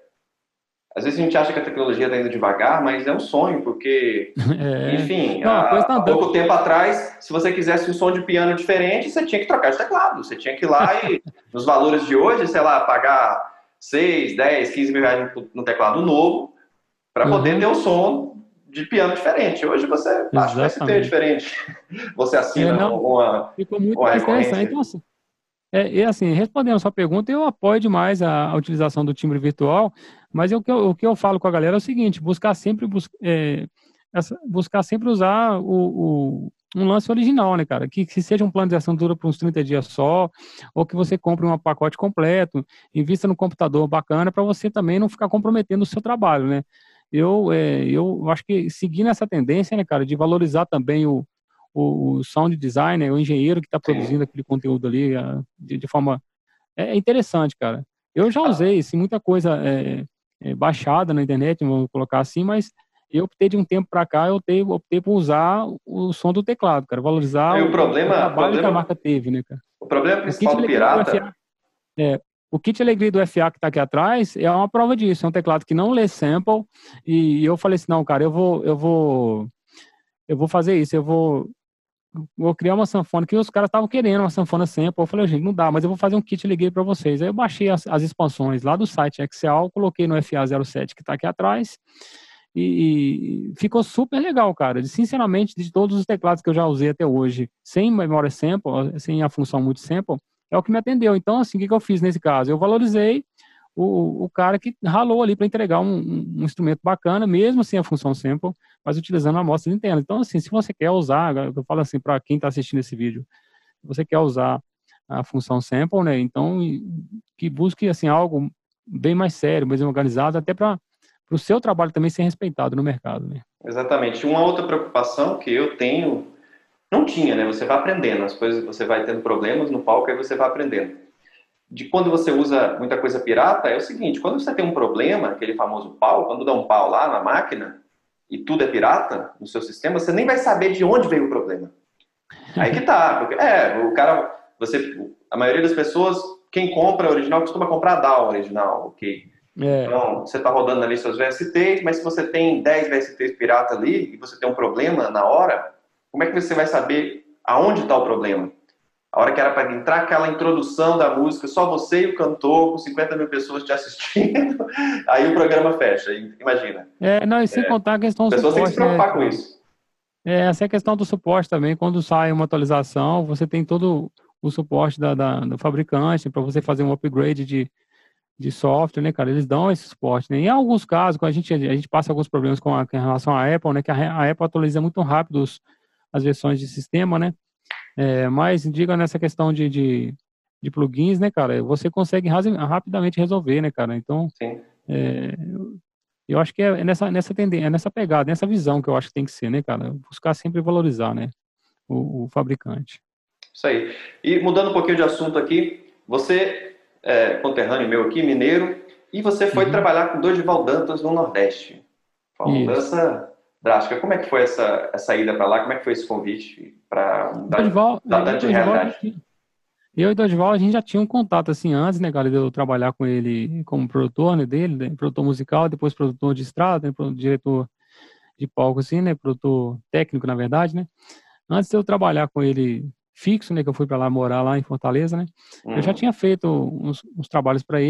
às vezes a gente acha que a tecnologia está indo devagar, mas é um sonho, porque, É. enfim, Não, a coisa tá há, há andando. pouco tempo atrás, se você quisesse um som de piano diferente, você tinha que trocar de teclado. Você tinha que ir lá e, nos valores de hoje, sei lá, pagar seis, dez, quinze mil reais no teclado novo para poder Uhum. ter um som de piano diferente. Hoje você baixa o V S T diferente. Você assina é, não, uma, ficou muito uma mais interessante. recorrência. Então, assim, é, e assim, respondendo a sua pergunta, eu apoio demais a, a utilização do timbre virtual, mas o que, eu, o que eu falo com a galera é o seguinte, buscar sempre, bus, é, essa, buscar sempre usar o, o, um lance original, né, cara? Que, que seja um plano de assinatura por uns trinta dias só, ou que você compre um pacote completo, invista no computador bacana, para você também não ficar comprometendo o seu trabalho, né? Eu, é, eu acho que seguindo essa tendência, né, cara, de valorizar também o o, o sound designer, o engenheiro que está produzindo aquele conteúdo ali a, de, de forma... É interessante, cara. Eu já usei assim, muita coisa é, é, baixada na internet, vamos colocar assim, mas eu optei de um tempo para cá, eu optei, optei por usar o som do teclado, cara, valorizar E o o, o problema, trabalho que a problema, marca teve, né, cara? o problema O principal kit do alegria do F A, pirata... é, o kit alegria do F A que está aqui atrás é uma prova disso, é um teclado que não lê sample, e eu falei assim, não, cara, eu vou, eu vou, eu vou fazer isso, eu vou vou criar uma sanfona, que os caras estavam querendo uma sanfona sample. Eu falei, gente, não dá, mas eu vou fazer um kit, liguei para vocês. Aí eu baixei as, as expansões lá do site Excel, coloquei no F A zero sete que está aqui atrás, e, e ficou super legal, cara. Sinceramente, de todos os teclados que eu já usei até hoje, sem memória sample, sem a função multisample, é o que me atendeu. Então, assim, o que, que eu fiz nesse caso? Eu valorizei o, o cara que ralou ali para entregar um, um, um instrumento bacana, mesmo sem a função sample, mas utilizando amostras internas. Então, assim, se você quer usar, eu falo assim para quem está assistindo esse vídeo, se você quer usar a função sample, né, então que busque assim algo bem mais sério, mais organizado, até para o seu trabalho também ser respeitado no mercado, né? Exatamente. Uma outra preocupação que eu tenho, não tinha, né? Você vai aprendendo, as coisas, você vai tendo problemas no palco, aí você vai aprendendo. De quando você usa muita coisa pirata, é o seguinte, quando você tem um problema, aquele famoso pau, quando dá um pau lá na máquina, e tudo é pirata no seu sistema, você nem vai saber de onde veio o problema. Aí que tá, porque, é, o cara, você, a maioria das pessoas, quem compra original, costuma comprar D A W original, ok? É. Então, você está rodando ali seus V S Ts, mas se você tem dez V S Ts pirata ali, e você tem um problema na hora, como é que você vai saber aonde está o problema? A hora que era para entrar aquela introdução da música, só você e o cantor, com cinquenta mil pessoas te assistindo, aí o programa fecha, imagina. É, não, e sem é, contar a questão do suporte. As pessoas têm que se preocupar, né, com isso. É, essa é a questão do suporte também. Quando sai uma atualização, você tem todo o suporte da, da do fabricante para você fazer um upgrade de, de software, né, cara? Eles dão esse suporte, né? Em alguns casos, quando a gente, a gente passa alguns problemas com, a, com relação à Apple, né? Que a, a Apple atualiza muito rápido os, as versões de sistema, né? É, mas, diga nessa questão de, de, de plugins, né, cara? Você consegue rapidamente resolver, né, cara? Então, é, eu acho que é nessa, nessa tendência, é nessa pegada, nessa visão que eu acho que tem que ser, né, cara? Buscar sempre valorizar, né, o, o fabricante. Isso aí. E mudando um pouquinho de assunto aqui, você é conterrâneo meu aqui, mineiro, e você foi uhum. trabalhar com Dorival Dantas no Nordeste. Foi uma mudança drástica. Como é que foi essa, essa ida para lá? Como é que foi esse convite para Dorival, dar tanta realidade? Eu e Dorival, a gente já tinha um contato assim antes, né, cara, de eu trabalhar com ele como produtor, né, dele, né, produtor musical, depois produtor de estrada, né, diretor de palco, assim, né, produtor técnico, na verdade, né. Antes de eu trabalhar com ele fixo, né, que eu fui para lá morar lá em Fortaleza, né, hum. eu já tinha feito uns, uns trabalhos para ele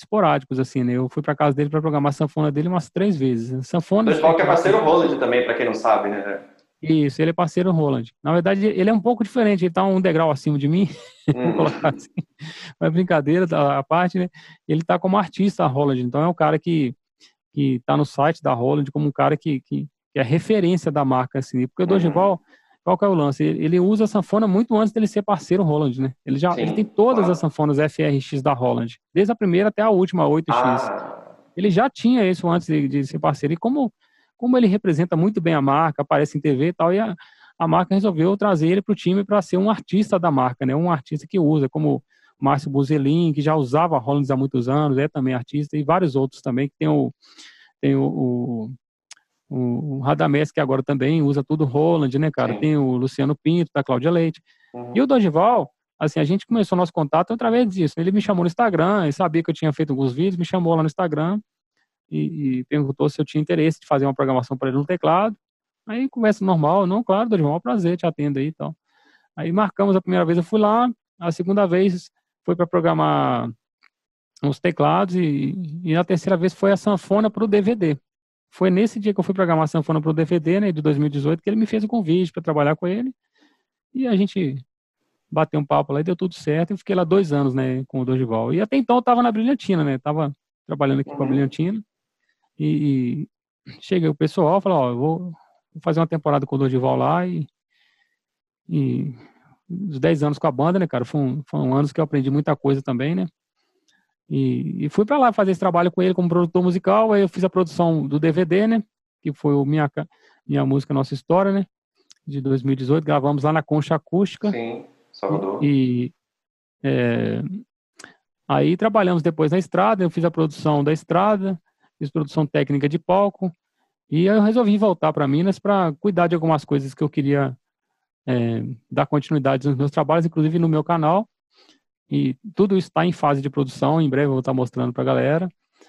esporádicos, assim, né? Eu fui pra casa dele para programar a sanfona dele umas três vezes. Sanfona, os Dorival que é teclados. parceiro Roland também, para quem não sabe, né? Isso, ele é parceiro Roland. Na verdade, ele é um pouco diferente, ele tá um degrau acima de mim, vou Hum, colocar assim. Mas brincadeira da a parte, né? Ele tá como artista Roland, então é um cara que, que tá no site da Roland como um cara que, que, que é referência da marca, assim. Porque o uhum. Dorival, qual que é o lance? Ele, ele usa a sanfona muito antes dele ser parceiro Roland, né? Ele já ele tem Sim, todas as claro. sanfonas F R X da Roland, desde a primeira até a última, a oito X. Ah, Ele já tinha isso antes de, de ser parceiro. E como, como ele representa muito bem a marca, aparece em T V e tal, e a, a marca resolveu trazer ele para o time para ser um artista da marca, né? Um artista que usa, como o Márcio Buzelin, que já usava Rollins há muitos anos, é também artista, e vários outros também, que tem o, tem o, o, o Radamés, que agora também usa tudo Roland, né, cara? sim. Tem o Luciano Pinto, da Cláudia Leite. E Uhum. o Dorival, assim, a gente começou nosso contato através disso. Ele me chamou no Instagram, ele sabia que eu tinha feito alguns vídeos, me chamou lá no Instagram, e, e perguntou se eu tinha interesse de fazer uma programação para ele no teclado. Aí, conversa normal, não, claro, Dorival, é um prazer, te atendo aí e tal. Aí marcamos a primeira vez, eu fui lá, a segunda vez foi para programar os teclados e, e a terceira vez foi a sanfona para o D V D. Foi nesse dia que eu fui programar a sanfona para o D V D, né, de dois mil e dezoito, que ele me fez o convite para trabalhar com ele e a gente bateu um papo lá e deu tudo certo. Eu fiquei lá dois anos, né, com o Dorival. E até então eu estava na Brilhantina, né, estava trabalhando aqui com a Uhum. Brilhantina. E, e cheguei o pessoal, falou, ó, eu vou, vou fazer uma temporada com o Dorival lá e, e os dez anos com a banda, né, cara, foram, foram anos que eu aprendi muita coisa também, né, e, e fui pra lá fazer esse trabalho com ele como produtor musical. Aí eu fiz a produção do D V D, né, que foi o Minha, Ca- Minha Música, Nossa História, né, de dois mil e dezoito, gravamos lá na Concha Acústica Sim, e, Salvador. e é, aí trabalhamos depois na estrada, eu fiz a produção da estrada, fiz produção técnica de palco. E aí eu resolvi voltar para Minas para cuidar de algumas coisas que eu queria é, dar continuidade nos meus trabalhos, inclusive no meu canal. E tudo isso está em fase de produção. Em breve eu vou estar mostrando para a galera.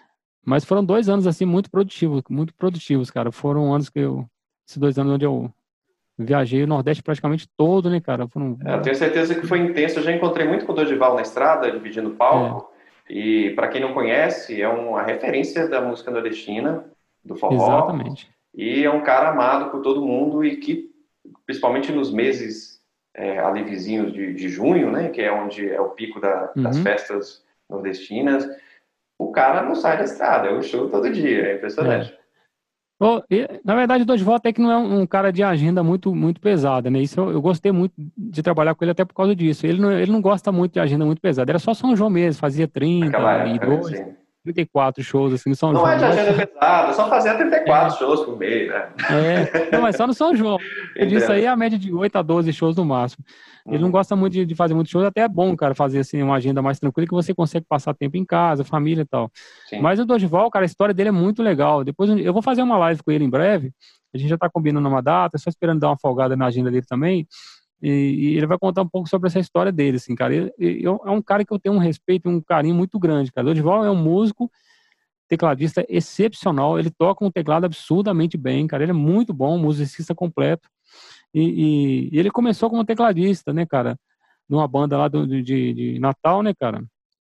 Mas foram dois anos assim muito produtivos, muito produtivos, cara. Foram anos que eu, esses dois anos onde eu viajei o Nordeste praticamente todo, né, cara? Foram, É, eu tenho certeza que foi intenso. Eu já encontrei muito com o Dorival na estrada, dividindo é, palco. E para quem não conhece, é uma referência da música nordestina, do forró. exatamente. E é um cara amado por todo mundo e que, principalmente nos meses é, ali vizinhos de, de junho, né, que é onde é o pico da- das Uhum, festas nordestinas, o cara não sai da estrada, é um show todo dia, é é. impressionante. Ô, e, na verdade, o Dorival até que não é um, um cara de agenda muito, muito pesada, né? Isso eu, eu gostei muito de trabalhar com ele até por causa disso. Ele não, ele não gosta muito de agenda muito pesada. Era só São João mesmo, fazia Naquela trinta e época, né, dois, assim. trinta e quatro shows assim no São Não é João. de Mas agenda pesada, só fazia trinta e é, quatro shows por mês, né? é, não, mas só no São João. Disso aí Entendo. é a média de oito a doze shows no máximo. Ele não Uhum. gosta muito de, de fazer muitos shows, até é bom, cara, fazer assim uma agenda mais tranquila que você consegue passar tempo em casa, família e tal. Sim. Mas o Dorival, cara, a história dele é muito legal. Depois eu vou fazer uma live com ele em breve. A gente já tá combinando uma data, só esperando dar uma folgada na agenda dele também. E, e ele vai contar um pouco sobre essa história dele, assim, cara. Ele, ele é um cara que eu tenho um respeito, um carinho muito grande, cara. O Dorival é um músico tecladista excepcional, ele toca um teclado absurdamente bem, cara, ele é muito bom, musicista completo, e, e- e ele começou como tecladista, né, cara, numa banda lá do, de, de Natal, né, cara,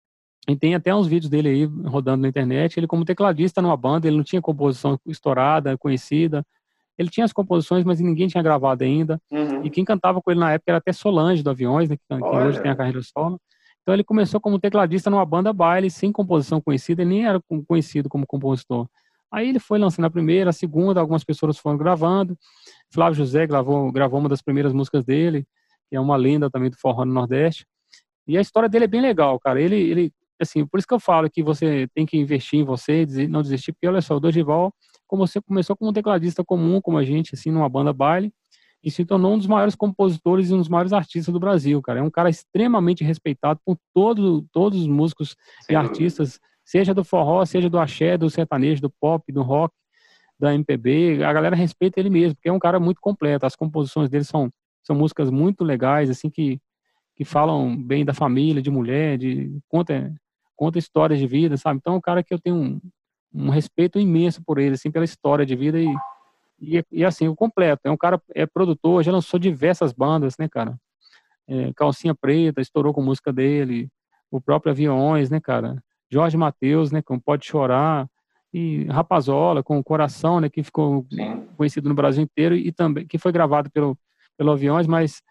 e tem até uns vídeos dele aí rodando na internet, ele como tecladista numa banda, ele não tinha composição estourada, conhecida, ele tinha as composições, mas ninguém tinha gravado ainda, e Uhum. quem cantava com ele na época era até Solange do Aviões, né, que, que hoje tem a Olha, carreira solo. Então ele começou como tecladista numa banda baile, sem composição conhecida, ele nem era com- conhecido como compositor. Aí ele foi lançando a primeira, a segunda, algumas pessoas foram gravando. Flávio José gravou, gravou uma das primeiras músicas dele, que é uma lenda também do forró no Nordeste. E a história dele é bem legal, cara. Ele, ele, assim, por isso que eu falo que você tem que investir em você, e não desistir, porque olha só, o Dorival, como você começou como um tecladista comum, como a gente, assim, numa banda baile, e se tornou um dos maiores compositores e um dos maiores artistas do Brasil, cara. É um cara extremamente respeitado por todo, todos os músicos e sem dúvida. artistas, seja do forró, seja do axé, do sertanejo, do pop, do rock, da M P B. A galera respeita ele mesmo, porque é um cara muito completo. As composições dele são, são músicas muito legais, assim, que que falam bem da família, de mulher, de conta, conta histórias de vida, sabe? Então, é um cara que eu tenho um, um respeito imenso por ele, assim, pela história de vida e, e, e assim, o completo. É um cara, é produtor, já lançou diversas bandas, né, cara? É, Calcinha Preta, estourou com música dele, o próprio Aviões, né, cara? Jorge Mateus, né, com Pode Chorar, e Rapazola, com o Coração, né, que ficou Sim. conhecido no Brasil inteiro, e também que foi gravado pelo, pelo Aviões, mas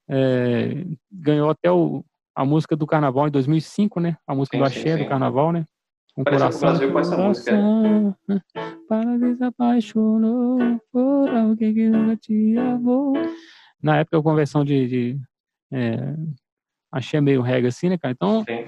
é, ganhou até o, a música do Carnaval em dois mil e cinco, né, a música do Sim, sim, Axé, do sim. Carnaval, né, com Apareceu pro Coração, Brasil com essa música. coração, para ver se apaixonou por alguém que nunca te amou. Na época, a conversão de, de é, Axé meio reggae assim, né, cara, então Sim.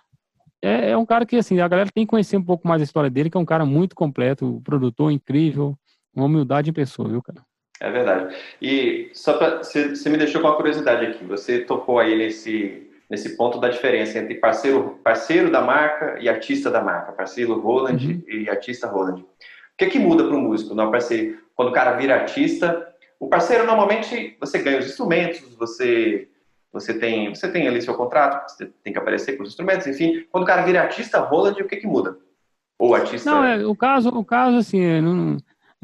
é, é um cara que, assim, a galera tem que conhecer um pouco mais a história dele, que é um cara muito completo, produtor incrível, uma humildade em pessoa, viu, cara? É verdade. E só para você me deixou com uma curiosidade aqui. Você tocou aí nesse nesse ponto da diferença entre parceiro parceiro da marca e artista da marca, parceiro Roland Uhum. e artista Roland. O que que muda para o músico? Não, parceiro, quando o cara vira artista, o parceiro normalmente você ganha os instrumentos, você você tem você tem ali seu contrato, você tem que aparecer com os instrumentos, enfim. Quando o cara vira artista Roland, o que que muda? Ou Não, artista. é, o caso, o caso, assim, é, não-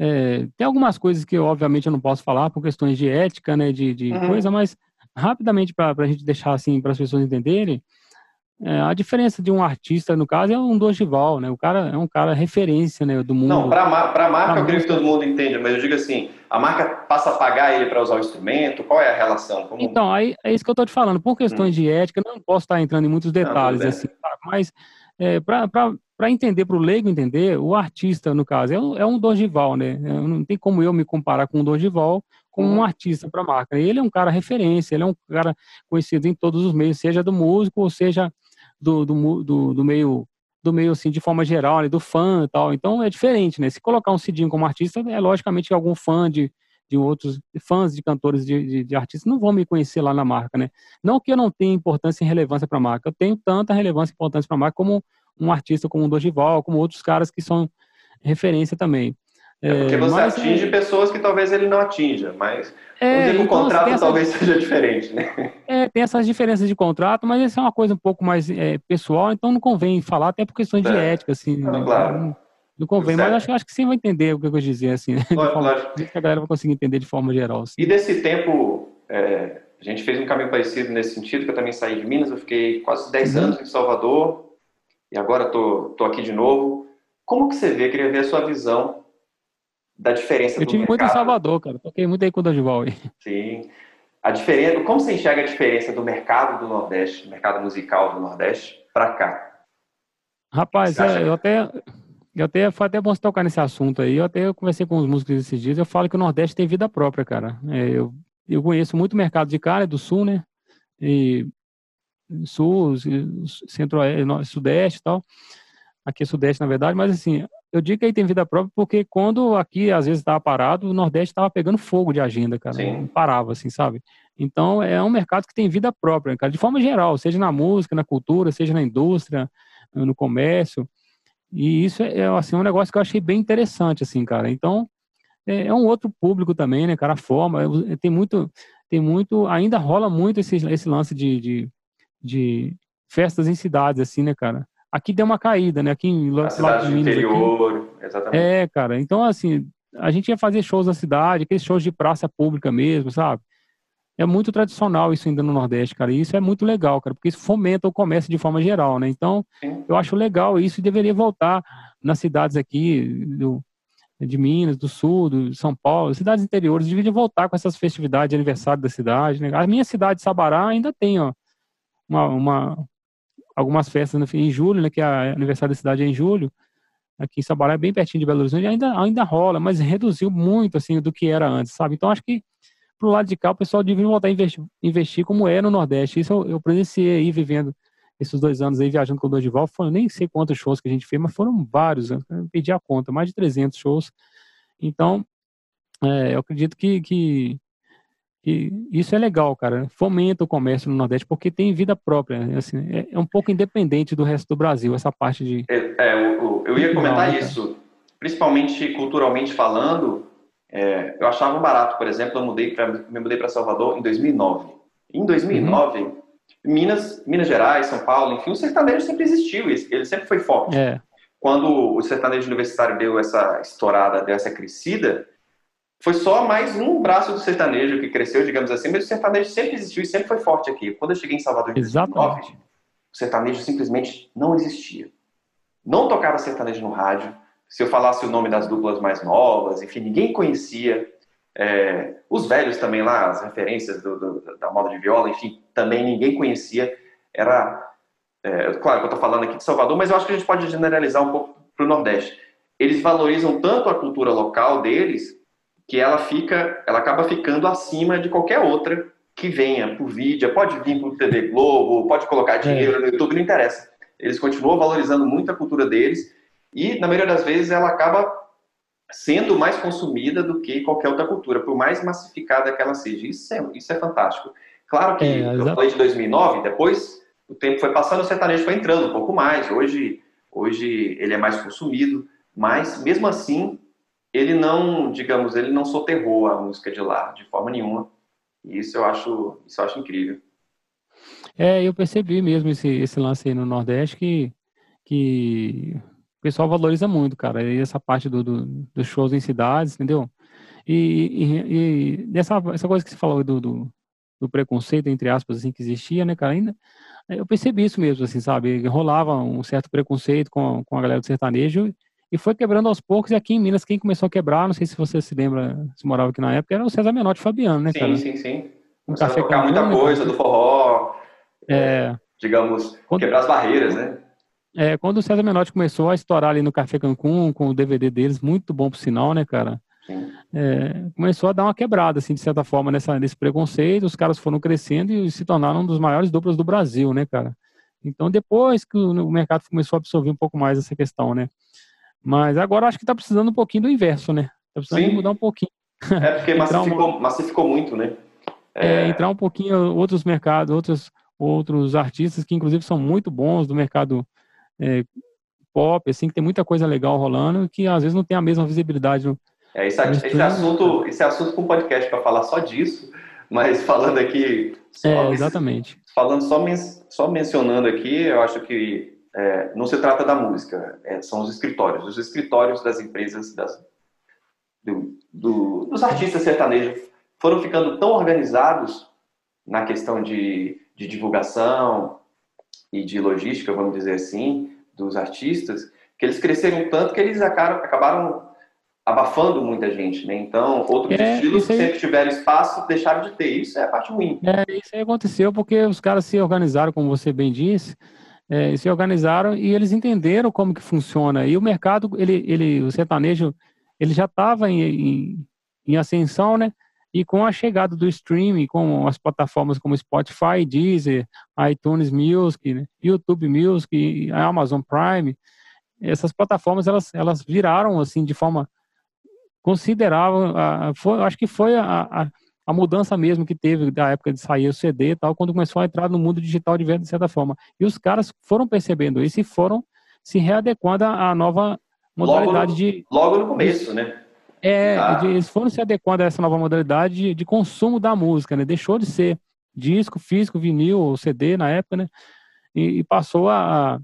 é, tem algumas coisas que, obviamente, eu não posso falar por questões de ética, né, de, de coisa, Uhum. mas rapidamente para a gente deixar, assim, para as pessoas entenderem, é, a diferença de um artista, no caso, é um Dorival, né, o cara é um cara referência, né, do Não, mundo para a da marca eu creio que música. todo mundo entende, mas eu digo assim, a marca passa a pagar ele para usar o instrumento, qual é a relação? Como... Então, aí é isso que eu estou te falando. Por questões Hum. de ética, eu não posso estar entrando em muitos Não, tudo detalhes, bem. assim, tá? Mas é, para entender, para o leigo entender, o artista, no caso, é um, é um Dorival, né? É, não tem como eu me comparar com um Dorival como um Uhum. artista para a marca. Ele é um cara referência, ele é um cara conhecido em todos os meios, seja do músico ou seja do, do, mu- do, do meio, do meio assim, de forma geral, né? Do fã e tal. Então é diferente, né? Se colocar um Cidinho como artista, é logicamente que algum fã de de outros fãs de cantores, de, de, de artistas, não vão me conhecer lá na marca, né? Não que eu não tenha importância e relevância para a marca, eu tenho tanta relevância e importância para a marca como um artista como o Dorival, como outros caras que são referência também. É porque É, você mas atinge é, pessoas que talvez ele não atinja, mas vamos é, dizer que o então assim, tem contrato essas, talvez seja diferente, né? é, tem essas diferenças de contrato, mas essa é uma coisa um pouco mais é, pessoal, então não convém falar, até por questões de Certo. ética, assim, Não, não, claro. não Tudo convém, mas acho, certo. acho que sim vai entender o que eu quis dizer, assim, né, de Lógico, forma, lógico. acredito que a galera vai conseguir entender de forma geral, E assim. desse tempo, é, a gente fez um caminho parecido nesse sentido, que eu também saí de Minas, eu fiquei quase dez Uhum. anos em Salvador, e agora tô, tô aqui de novo. Como que você vê? Queria ver a sua visão da diferença Eu do tive muito em mercado. Salvador, cara, toquei muito aí com o Dorival aí. Sim. A diferença, como você enxerga a diferença do mercado do Nordeste, do mercado musical do Nordeste, para cá? O que Rapaz, você é, eu acha? até, eu até, foi até bom você tocar nesse assunto aí. Eu até conversei com os músicos esses dias. Eu falo que o Nordeste tem vida própria, cara. É, eu, eu conheço muito o mercado de cá, né, do Sul, né? E Sul, Centro, Sudeste e tal. Aqui é Sudeste, na verdade, mas assim, eu digo que aí tem vida própria porque quando aqui às vezes estava parado, o Nordeste estava pegando fogo de agenda, cara. Não Sim. parava, assim, sabe? Então é um mercado que tem vida própria, cara, de forma geral, seja na música, na cultura, seja na indústria, no comércio. E isso é, é, assim, um negócio que eu achei bem interessante, assim, cara. Então, é, é um outro público também, né, cara? A forma, eu- tem muito, tem muito, ainda rola muito esse, esse lance de, de, de festas em cidades, assim, né, cara? Aqui deu uma caída, né? Aqui em- lá As pro lado de cidades do Minas, aqui. interior, exatamente. É, cara. Então, assim, a gente ia fazer shows na cidade, aqueles shows de praça pública mesmo, sabe? É muito tradicional isso ainda no Nordeste, cara. E isso é muito legal, cara, porque isso fomenta o comércio de forma geral, né? Então, Sim. eu acho legal isso e deveria voltar nas cidades aqui do, de Minas, do Sul, do São Paulo, cidades interiores, deveria voltar com essas festividades de aniversário da cidade, né? A minha cidade, Sabará, ainda tem, ó, uma, uma- algumas festas no, em julho, né? Que é a aniversário da cidade é em julho. Aqui em Sabará é bem pertinho de Belo Horizonte, ainda, ainda rola, mas reduziu muito, assim, do que era antes, sabe? Então, acho que pro lado de cá, o pessoal devia voltar a investir, investir como é no Nordeste. Isso eu, eu presenciei aí, vivendo esses dois anos aí, viajando com o Dorival. Foram nem sei quantos shows que a gente fez, mas foram vários. Eu perdi a conta, mais de trezentos shows. Então, é, eu acredito que, que, que isso é legal, cara. Fomenta o comércio no Nordeste, porque tem vida própria. Né? Assim, é, é um pouco independente do resto do Brasil, essa parte de É, é, eu, eu ia cultural, comentar né, cara? isso, principalmente culturalmente falando. É, eu achava barato, por exemplo, eu mudei pra, me mudei para Salvador em dois mil e nove. Em Uhum. dois mil e nove, Minas, Minas Gerais, São Paulo, enfim, o sertanejo sempre existiu, ele sempre foi forte. É, Quando o sertanejo universitário deu essa estourada, deu essa crescida, foi só mais um braço do sertanejo que cresceu, digamos assim, mas o sertanejo sempre existiu e sempre foi forte aqui. Quando eu cheguei em Salvador em dois mil e nove, exatamente. o sertanejo simplesmente não existia. não tocava sertanejo no rádio. Se eu falasse o nome das duplas mais novas, enfim, ninguém conhecia. É, os velhos também lá, as referências do, do, da moda de viola, enfim, também ninguém conhecia. Era, é, claro que eu estou falando aqui de Salvador, mas eu acho que a gente pode generalizar um pouco para o Nordeste. Eles valorizam tanto a cultura local deles que ela fica, ela acaba ficando acima de qualquer outra que venha por vídeo, pode vir por T V Globo, pode colocar dinheiro no YouTube, não interessa. Eles continuam valorizando muito a cultura deles e, na maioria das vezes, ela acaba sendo mais consumida do que qualquer outra cultura, por mais massificada que ela seja. Isso é, isso é fantástico. Claro que É, eu falei de dois mil e nove, depois o tempo foi passando, o sertanejo foi entrando um pouco mais. Hoje, hoje ele é mais consumido, mas mesmo assim ele não, digamos, ele não soterrou a música de lá de forma nenhuma. E isso eu acho, isso eu acho incrível. É, eu percebi mesmo esse, esse lance aí no Nordeste que, que o pessoal valoriza muito, cara. E essa parte do, do, dos shows em cidades, entendeu? E, e, e dessa essa coisa que você falou do, do, do preconceito, entre aspas, assim, que existia, né, cara? Ainda, eu percebi isso mesmo, assim, sabe? Rolava um certo preconceito com, com a galera do sertanejo e foi quebrando aos poucos. E aqui em Minas, quem começou a quebrar, não sei se você se lembra, se morava aqui na época, era o César Menotti e Fabiano, né, Sim, cara? sim, sim. Um Começaram a Café tocar Cancún, muita né, cara? coisa do forró, é, É, digamos, quando, quebrar as barreiras, né? é, quando o César Menotti começou a estourar ali no Café Cancún, com o D V D deles, muito bom por sinal, né, cara? Sim. É, começou a dar uma quebrada, assim, de certa forma, nessa, nesse preconceito, os caras foram crescendo e se tornaram um dos maiores duplas do Brasil, né, cara? Então, depois que o, o mercado começou a absorver um pouco mais essa questão, né? Mas agora eu acho que tá precisando um pouquinho do inverso, né? Tá precisando de mudar um Sim, pouquinho. é porque Entrar uma, massificou, massificou muito, né? é, entrar um pouquinho outros mercados, outros, outros artistas que inclusive são muito bons do mercado é, pop, assim, que tem muita coisa legal rolando e que às vezes não tem a mesma visibilidade no, É, esse, no esse streaming, né, cara? assunto, esse assunto com podcast para falar só disso, mas falando aqui, É, só, exatamente. falando só, men só mencionando aqui, eu acho que é, não se trata da música, é, são os escritórios. Os escritórios das empresas, das, do, do, dos artistas sertanejos foram ficando tão organizados na questão de, de divulgação e de logística, vamos dizer assim, dos artistas, que eles cresceram tanto que eles acabaram, acabaram abafando muita gente, né? Então, outros É, estilos isso que aí, sempre tiveram espaço deixaram de ter. Isso é a parte ruim. é, isso aí aconteceu porque os caras se organizaram, como você bem disse, é, se organizaram e eles entenderam como que funciona. E o mercado, ele, ele, o sertanejo, ele já estava em, em, em ascensão, né? E com a chegada do streaming, com as plataformas como Spotify, Deezer, iTunes Music, né? YouTube Music, a Amazon Prime, essas plataformas elas, elas viraram assim de forma considerável. A, foi, acho que foi a, a, a mudança mesmo que teve da época de sair o C D e tal, quando começou a entrar no mundo digital de venda, de certa forma. E os caras foram percebendo isso e foram se readequando à, à nova Logo modalidade no, de, logo no de começo, né? é, de- Já, eles foram se adequando a essa nova modalidade de, de consumo da música, né? Deixou de ser disco, físico, vinil, ou C D na época, né? E, e passou a,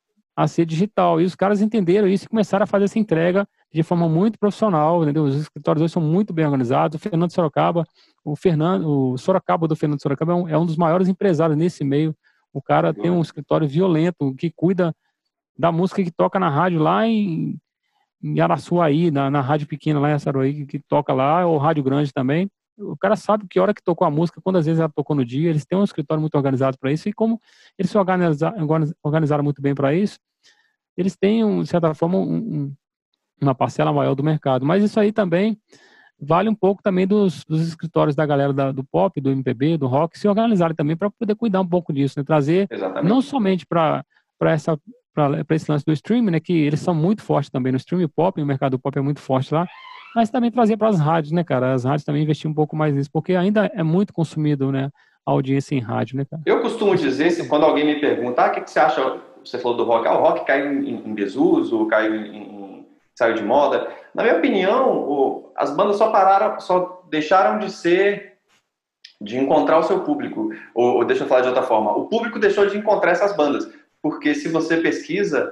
a ser digital. E os caras entenderam isso e começaram a fazer essa entrega de forma muito profissional, entendeu? Os escritórios hoje são muito bem organizados. O Fernando Sorocaba, o Fernando, o Sorocaba do Fernando Sorocaba é um, é um dos maiores empresários nesse meio. O cara tem um escritório violento que cuida da música que toca na rádio lá em, em Araçuaí, na, na rádio pequena lá em Araçuaí, que, que toca lá, ou rádio grande também. O cara sabe que hora que tocou a música, quantas vezes ela tocou no dia. Eles têm um escritório muito organizado para isso e como eles se organiza, organizaram muito bem para isso, eles têm, um, de certa forma, um, um, uma parcela maior do mercado. Mas isso aí também vale um pouco também dos, dos escritórios da galera da, do pop, do M P B, do rock, se organizarem também para poder cuidar um pouco disso, né? Trazer não exatamente. somente para essa para esse lance do streaming, né? Que eles são muito fortes também no streaming pop, o mercado pop é muito forte lá, mas também trazer para as rádios, né, cara? As rádios também investir um pouco mais nisso, porque ainda é muito consumido, né? A audiência em rádio, né, cara? Eu costumo Isso dizer, conta se, muito. quando alguém me pergunta, ah, o que, que você acha, você falou do rock, ah, o rock caiu em, em desuso, caiu em, em, saiu de moda. Na minha opinião, o, as bandas só pararam, só deixaram de ser, de encontrar o seu público. Ou, ou deixa eu falar de outra forma, o público deixou de encontrar essas bandas. Porque se você pesquisa,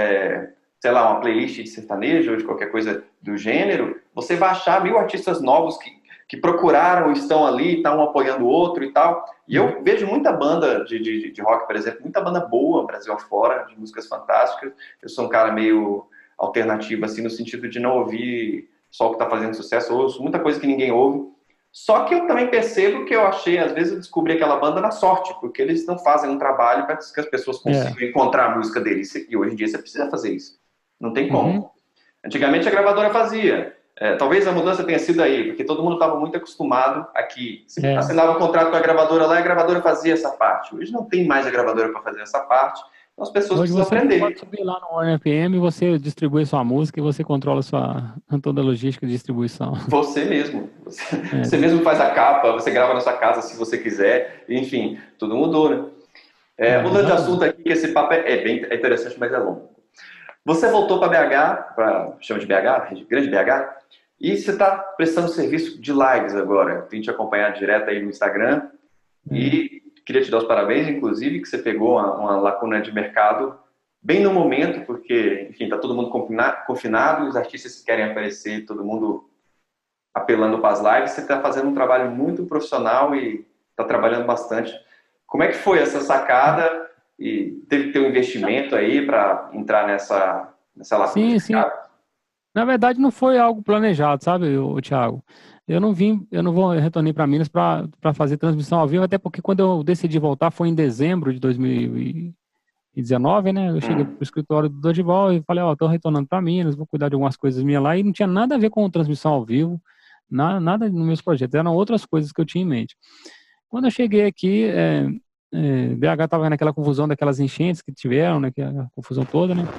é, sei lá, uma playlist de sertanejo ou de qualquer coisa do gênero, você vai achar mil artistas novos que que procuraram, estão ali, estão apoiando o outro e tal. E eu vejo muita banda de, de, de rock, por exemplo, muita banda boa, Brasil afora, de músicas fantásticas. Eu sou um cara meio alternativo, assim, no sentido de não ouvir só o que está fazendo sucesso, eu ouço muita coisa que ninguém ouve. Só que eu também percebo que eu achei, às vezes eu descobri aquela banda na sorte, porque eles não fazem um trabalho para que as pessoas consigam é. encontrar a música deles. E hoje em dia você precisa fazer isso. Não tem como. Uhum. Antigamente a gravadora fazia. É, talvez a mudança tenha sido aí, porque todo mundo estava muito acostumado aqui. Você é. assinava um contrato com a gravadora lá e a gravadora fazia essa parte. Hoje não tem mais a gravadora para fazer essa parte. Então as pessoas Hoje precisam você aprender. Pode subir lá no R P M, você distribui sua música e você controla sua toda a logística de distribuição. Você mesmo. Você, é. você mesmo faz a capa, você grava na sua casa se você quiser. Enfim, tudo mudou, né? É, é, mudando de assunto aqui, que esse papo é, é bem é interessante, mas é longo. Você voltou para B H, para chama de B H, grande B H, e você está prestando serviço de lives agora. Tem te acompanhado direto aí no Instagram. Hum. E queria te dar os parabéns, inclusive, que você pegou uma, uma lacuna de mercado bem no momento, porque, enfim, está todo mundo confinado, os artistas que querem aparecer, todo mundo apelando para as lives. Você está fazendo um trabalho muito profissional e está trabalhando bastante. Como é que foi essa sacada? E teve que ter um investimento aí para entrar nessa, nessa lacuna sim, de mercado? Sim. Na verdade, não foi algo planejado, sabe, o Thiago? Eu não vim, eu não vou retornar para Minas para fazer transmissão ao vivo, até porque quando eu decidi voltar foi em dezembro de dois mil e dezenove, né? Eu cheguei hum. pro escritório do Dorival e falei, ó, oh, tô retornando para Minas, vou cuidar de algumas coisas minhas lá, e não tinha nada a ver com transmissão ao vivo, nada, nada nos meus projetos, eram outras coisas que eu tinha em mente. Quando eu cheguei aqui, é, é, B H estava naquela confusão daquelas enchentes que tiveram, né? Que a confusão toda, né?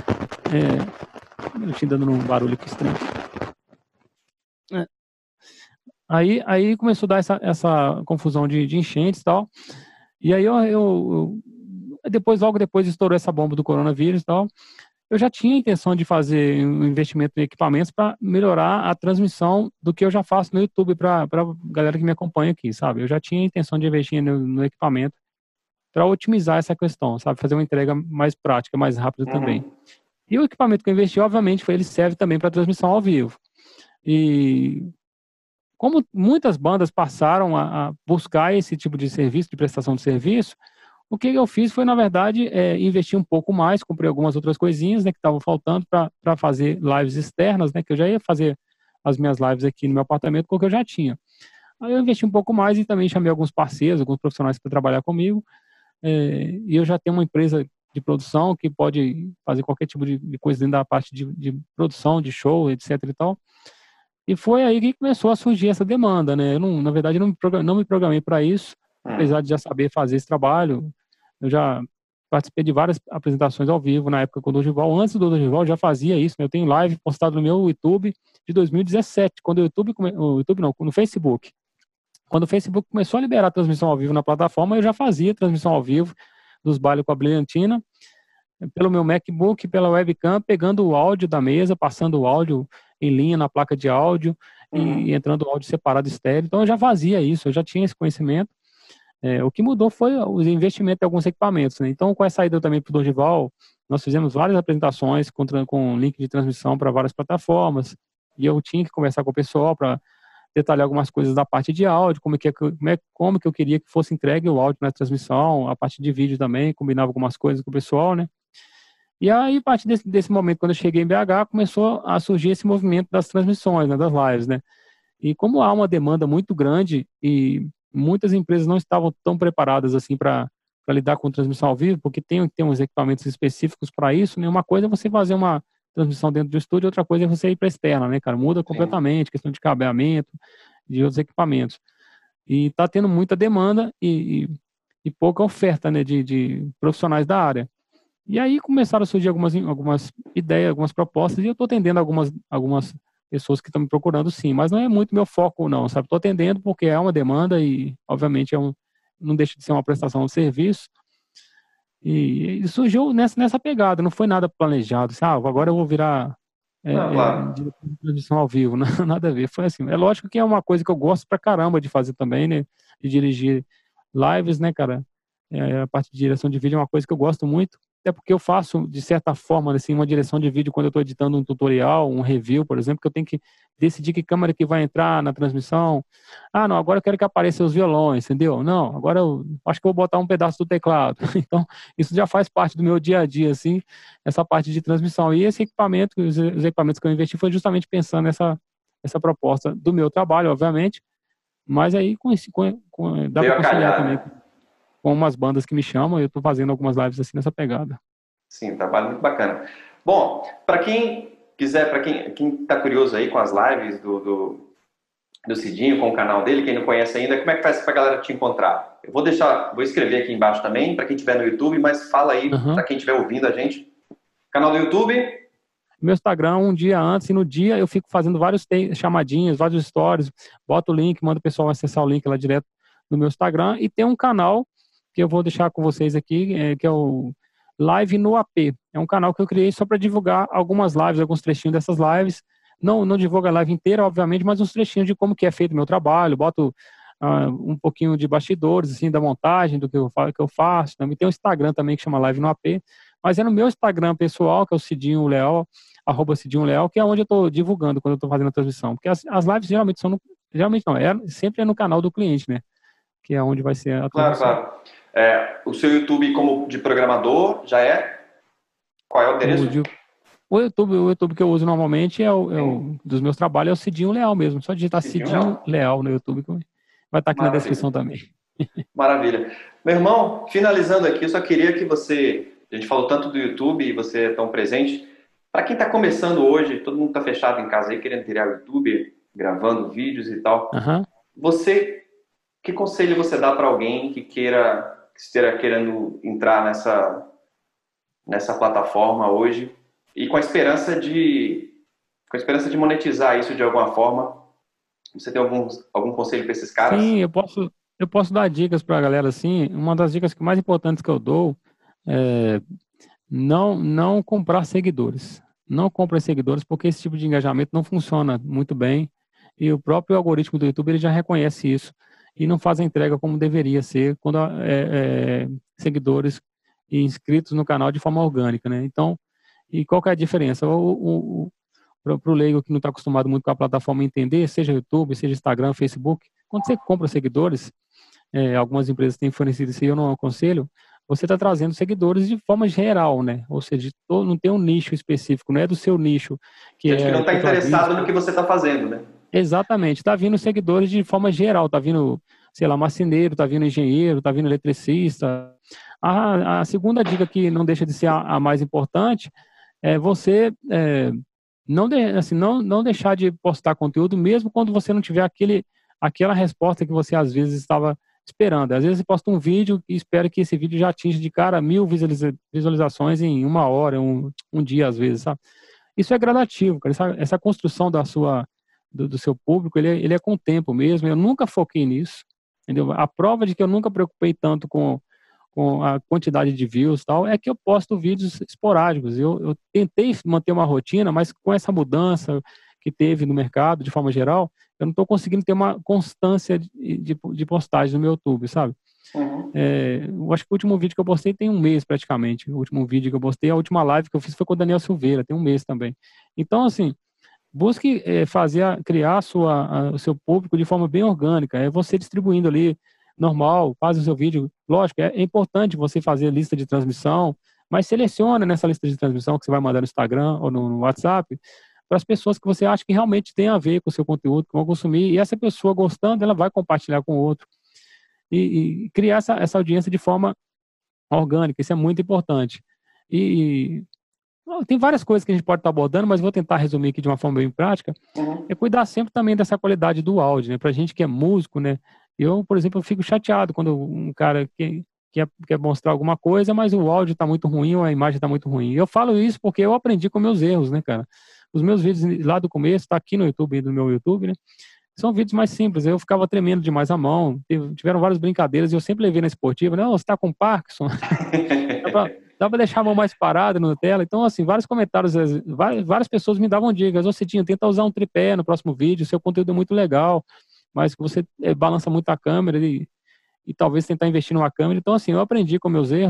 É, eu tinha dando um barulho aqui estranho. É. Aí, aí começou a dar essa, essa confusão de, de enchentes e tal. E aí eu, eu, eu depois, logo depois estourou essa bomba do coronavírus e tal. Eu já tinha a intenção de fazer um investimento em equipamentos para melhorar a transmissão do que eu já faço no YouTube para a galera que me acompanha aqui, sabe? Eu já tinha a intenção de investir no, no equipamento para otimizar essa questão, sabe? Fazer uma entrega mais prática, mais rápida uhum. também. E o equipamento que eu investi, obviamente, ele serve também para transmissão ao vivo. E como muitas bandas passaram a, a buscar esse tipo de serviço, de prestação de serviço, o que eu fiz foi, na verdade, é, investir um pouco mais, comprei algumas outras coisinhas, né, que estavam faltando para fazer lives externas, né, que eu já ia fazer as minhas lives aqui no meu apartamento, porque eu já tinha. Aí eu investi um pouco mais e também chamei alguns parceiros, alguns profissionais para trabalhar comigo, é, e eu já tenho uma empresa de produção que pode fazer qualquer tipo de, de coisa dentro da parte de, de produção, de show, etc e tal. E foi aí que começou a surgir essa demanda, né? Eu não, na verdade, não me, não me programei para isso, apesar de já saber fazer esse trabalho. Eu já participei de várias apresentações ao vivo na época com o Dorival. Antes do Dorival, eu já fazia isso, né? Eu tenho live postado no meu YouTube de dois mil e dezessete, quando o YouTube, o YouTube não, no Facebook. Quando o Facebook começou a liberar a transmissão ao vivo na plataforma, eu já fazia transmissão ao vivo dos bailes com a brilhantina, pelo meu MacBook, pela webcam, pegando o áudio da mesa, passando o áudio em linha na placa de áudio uhum. e entrando o áudio separado estéreo. Então eu já fazia isso, eu já tinha esse conhecimento. É, o que mudou foi o investimento em alguns equipamentos, né? Então, com a saída também para o Dorival, nós fizemos várias apresentações com, com link de transmissão para várias plataformas, e eu tinha que conversar com o pessoal para detalhar algumas coisas da parte de áudio, como, que, como, é, como que eu queria que fosse entregue o áudio na transmissão, a parte de vídeo também, combinava algumas coisas com o pessoal, né? E aí, a partir desse, desse momento, quando eu cheguei em B H, começou a surgir esse movimento das transmissões, né, das lives, né? E como há uma demanda muito grande e muitas empresas não estavam tão preparadas assim para lidar com transmissão ao vivo, porque tem, tem uns equipamentos específicos para isso, né? Uma coisa é você fazer uma transmissão dentro do estúdio, outra coisa é você ir para externa, né, cara? Muda completamente, Sim. questão de cabeamento, de outros equipamentos. E está tendo muita demanda e, e, e pouca oferta, né, de, de profissionais da área. E aí começaram a surgir algumas, algumas ideias, algumas propostas, e eu estou atendendo algumas, algumas pessoas que estão me procurando, sim, mas não é muito meu foco, não, sabe? Estou atendendo porque é uma demanda e, obviamente, é um, não deixa de ser uma prestação de serviço. E, e surgiu nessa, nessa pegada, não foi nada planejado, assim, ah, agora eu vou virar é, não, claro. é, de transmissão ao vivo, não, nada a ver. Foi assim, é lógico que é uma coisa que eu gosto pra caramba de fazer também, né? De dirigir lives, né, cara? É, a parte de direção de vídeo é uma coisa que eu gosto muito. até porque eu faço, de certa forma, assim, uma direção de vídeo quando eu estou editando um tutorial, um review, por exemplo, que eu tenho que decidir que câmera que vai entrar na transmissão. Ah, não, agora eu quero que apareçam os violões, entendeu? Não, agora eu acho que eu vou botar um pedaço do teclado. Então, isso já faz parte do meu dia a dia, assim, essa parte de transmissão. E esse equipamento, os, os equipamentos que eu investi foi justamente pensando nessa, essa proposta do meu trabalho, obviamente, mas aí com esse, com, com, dá para conciliar calhar, também né? com, com umas bandas que me chamam, eu estou fazendo algumas lives assim nessa pegada. Sim, um trabalho muito bacana. Bom, para quem quiser, para quem quem está curioso aí com as lives do, do, do Cidinho, com o canal dele, quem não conhece ainda, como é que faz para a galera te encontrar? Eu vou deixar, vou escrever aqui embaixo também, para quem estiver no YouTube, mas fala aí, Uhum. para quem estiver ouvindo a gente. Canal do YouTube? Meu Instagram, um dia antes, e no dia eu fico fazendo vários chamadinhas, vários stories, boto o link, mando o pessoal acessar o link lá direto no meu Instagram, e tem um canal que eu vou deixar com vocês aqui, é, que é o Live no A P. É um canal que eu criei só para divulgar algumas lives, alguns trechinhos dessas lives. Não, não divulga a live inteira, obviamente, mas uns trechinhos de como que é feito o meu trabalho. Boto uh, um pouquinho de bastidores, assim, da montagem, do que eu, que eu faço. Também tem um Instagram também que chama Live no A P. Mas é no meu Instagram pessoal, que é o Cidinho Leal, arroba Cidinho Leal, que é onde eu estou divulgando quando eu estou fazendo a transmissão. Porque as, as lives geralmente são no, geralmente não, é, sempre é no canal do cliente, né? Que é onde vai ser a Claro, transmissão. claro. É, o seu YouTube como de programador já é? Qual é o endereço? O, de, o, YouTube, o YouTube que eu uso normalmente é o, é o dos meus trabalhos, é o Cidinho Leal mesmo. Só digitar Cidinho, Cidinho Leal no YouTube, que vai estar aqui Maravilha. Na descrição também. Maravilha. Meu irmão, finalizando aqui, eu só queria que você, a gente falou tanto do YouTube e você é tão presente, para quem está começando hoje, todo mundo está fechado em casa aí, querendo criar o YouTube, gravando vídeos e tal, uhum. você, que conselho você dá para alguém que queira, que esteja querendo entrar nessa, nessa plataforma hoje e com a esperança de, com a esperança de monetizar isso de alguma forma? Você tem algum, algum conselho para esses caras? Sim, eu posso, eu posso dar dicas para a galera assim. Uma das dicas que mais importantes que eu dou é não, não comprar seguidores. Não compre seguidores porque esse tipo de engajamento não funciona muito bem e o próprio algoritmo do YouTube ele já reconhece isso e não faz a entrega como deveria ser quando é, é, seguidores e inscritos no canal de forma orgânica, né? Então, e qual que é a diferença? O, o, o para o leigo que não está acostumado muito com a plataforma entender, seja YouTube, seja Instagram, Facebook, quando você compra seguidores, é, algumas empresas têm fornecido isso e eu não aconselho, você está trazendo seguidores de forma geral, né? Ou seja, não tem um nicho específico, não é do seu nicho. Que Gente é que não está interessado no que você está fazendo, né? Exatamente, está vindo seguidores de forma geral, está vindo, sei lá, marceneiro, está vindo engenheiro, está vindo eletricista. A, a segunda dica que não deixa de ser a, a mais importante é você é, não, de, assim, não, não deixar de postar conteúdo mesmo quando você não tiver aquele, aquela resposta que você às vezes estava esperando. Às vezes você posta um vídeo e espera que esse vídeo já atinja de cara mil visualiza, visualizações em uma hora, um, um dia às vezes, sabe? Isso é gradativo, cara. Essa, essa construção da sua, do, do seu público, ele é, ele é com o tempo mesmo. Eu nunca foquei nisso, entendeu? A prova de que eu nunca preocupei tanto com com a quantidade de views e tal, é que eu posto vídeos esporádicos. Eu, eu tentei manter uma rotina, mas com essa mudança que teve no mercado, de forma geral, eu não estou conseguindo ter uma constância de, de, de postagem no meu YouTube, sabe? Uhum. É, eu acho que o último vídeo que eu postei tem um mês praticamente. O último vídeo que eu postei, a última live que eu fiz foi com o Daniel Silveira, tem um mês também. Então, assim, busque é, fazer, criar a sua, a, o seu público de forma bem orgânica. É você distribuindo ali normal, faz o seu vídeo. Lógico, é, é importante você fazer lista de transmissão, mas seleciona nessa lista de transmissão que você vai mandar no Instagram ou no, no WhatsApp para as pessoas que você acha que realmente tem a ver com o seu conteúdo, que vão consumir, e essa pessoa gostando, ela vai compartilhar com o outro. E, e criar essa, essa audiência de forma orgânica, isso é muito importante. E, e tem várias coisas que a gente pode estar abordando, mas vou tentar resumir aqui de uma forma bem prática. Uhum. É cuidar sempre também dessa qualidade do áudio, né? Para a gente que é músico, né? Eu, por exemplo, eu fico chateado quando um cara quer, quer, quer mostrar alguma coisa, mas o áudio está muito ruim ou a imagem está muito ruim. Eu falo isso porque eu aprendi com meus erros, né, cara? Os meus vídeos lá do começo, está aqui no YouTube, no meu YouTube, né? São vídeos mais simples. Eu ficava tremendo demais a mão. Tiveram várias brincadeiras e eu sempre levei na esportiva. Não, você está com Parkinson? Dá para deixar a mão mais parada na tela. Então, assim, vários comentários, várias, várias pessoas me davam dicas. Ô, Cidinho, tenta usar um tripé no próximo vídeo. Seu conteúdo é muito legal, mas você é, balança muito a câmera e, e talvez tentar investir numa câmera. Então, assim, eu aprendi com meus erros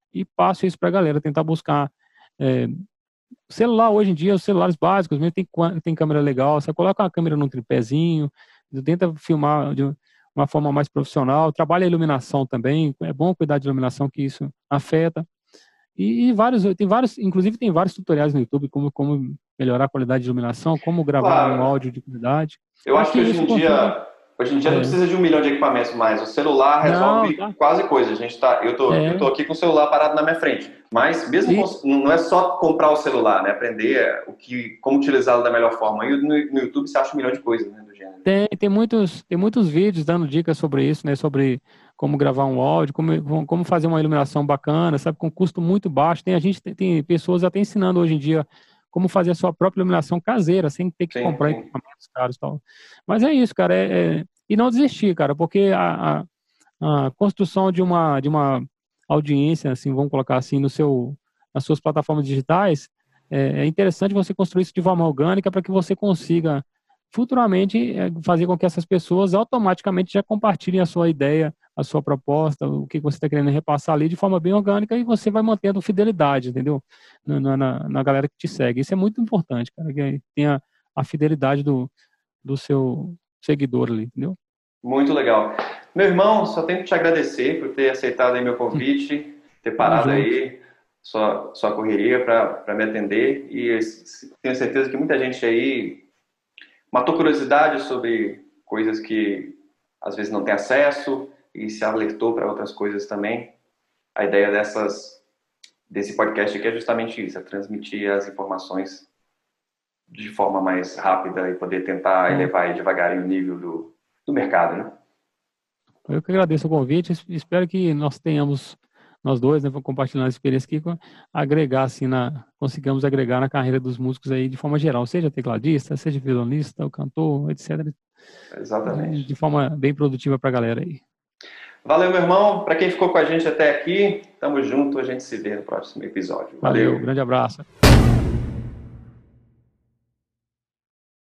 e passo isso para a galera, tentar buscar é, celular. Hoje em dia, os celulares básicos mesmo tem, tem câmera legal, você coloca uma câmera num tripézinho, tenta filmar de uma forma mais profissional, trabalha a iluminação também, é bom cuidar de iluminação, que isso afeta. E, e vários, tem vários, inclusive tem vários tutoriais no YouTube, como, como melhorar a qualidade de iluminação, como gravar um Claro. áudio de qualidade. Eu acho que hoje em consegue... dia, hoje em dia não é. precisa de um milhão de equipamentos mais. O celular resolve Não, tá. quase coisa. A gente tá, eu tô, É. eu tô aqui com o celular parado na minha frente. Mas mesmo E... com, não é só comprar o celular, né? Aprender o que, como utilizá-lo da melhor forma. E no, no YouTube você acha um milhão de coisas, né, do gênero. Tem, tem muitos, tem muitos vídeos dando dicas sobre isso, né? Sobre como gravar um áudio, como, como fazer uma iluminação bacana, sabe? Com custo muito baixo. Tem a gente tem, tem pessoas até ensinando hoje em dia como fazer a sua própria iluminação caseira, sem ter que Sim, comprar sim. equipamentos caros e tal. Mas é isso, cara. É, é... E não desistir, cara, porque a, a, a construção de uma, de uma audiência, assim, vamos colocar assim, no seu, nas suas plataformas digitais, é, é interessante você construir isso de forma orgânica para que você consiga futuramente fazer com que essas pessoas automaticamente já compartilhem a sua ideia, a sua proposta, o que você está querendo repassar ali de forma bem orgânica, e você vai mantendo fidelidade, entendeu? Na, na, na galera que te segue. Isso é muito importante, cara, que tenha a fidelidade do, do seu seguidor ali, entendeu? Muito legal. Meu irmão, só tenho que te agradecer por ter aceitado aí meu convite, ter parado aí sua, sua correria para me atender, e tenho certeza que muita gente aí matou curiosidade sobre coisas que às vezes não tem acesso e se alertou para outras coisas também. A ideia dessas, desse podcast aqui é justamente isso, é transmitir as informações de forma mais rápida e poder tentar é. elevar devagarinho o nível do, do mercado, né? Eu que agradeço o convite, espero que nós tenhamos, nós dois, né, compartilhando a experiência aqui, agregar, assim, na, consigamos agregar na carreira dos músicos aí de forma geral, seja tecladista, seja violonista, o cantor, etcétera. Exatamente. De forma bem produtiva para a galera aí. Valeu, meu irmão. Para quem ficou com a gente até aqui, tamo junto, a gente se vê no próximo episódio. Valeu. Valeu, grande abraço.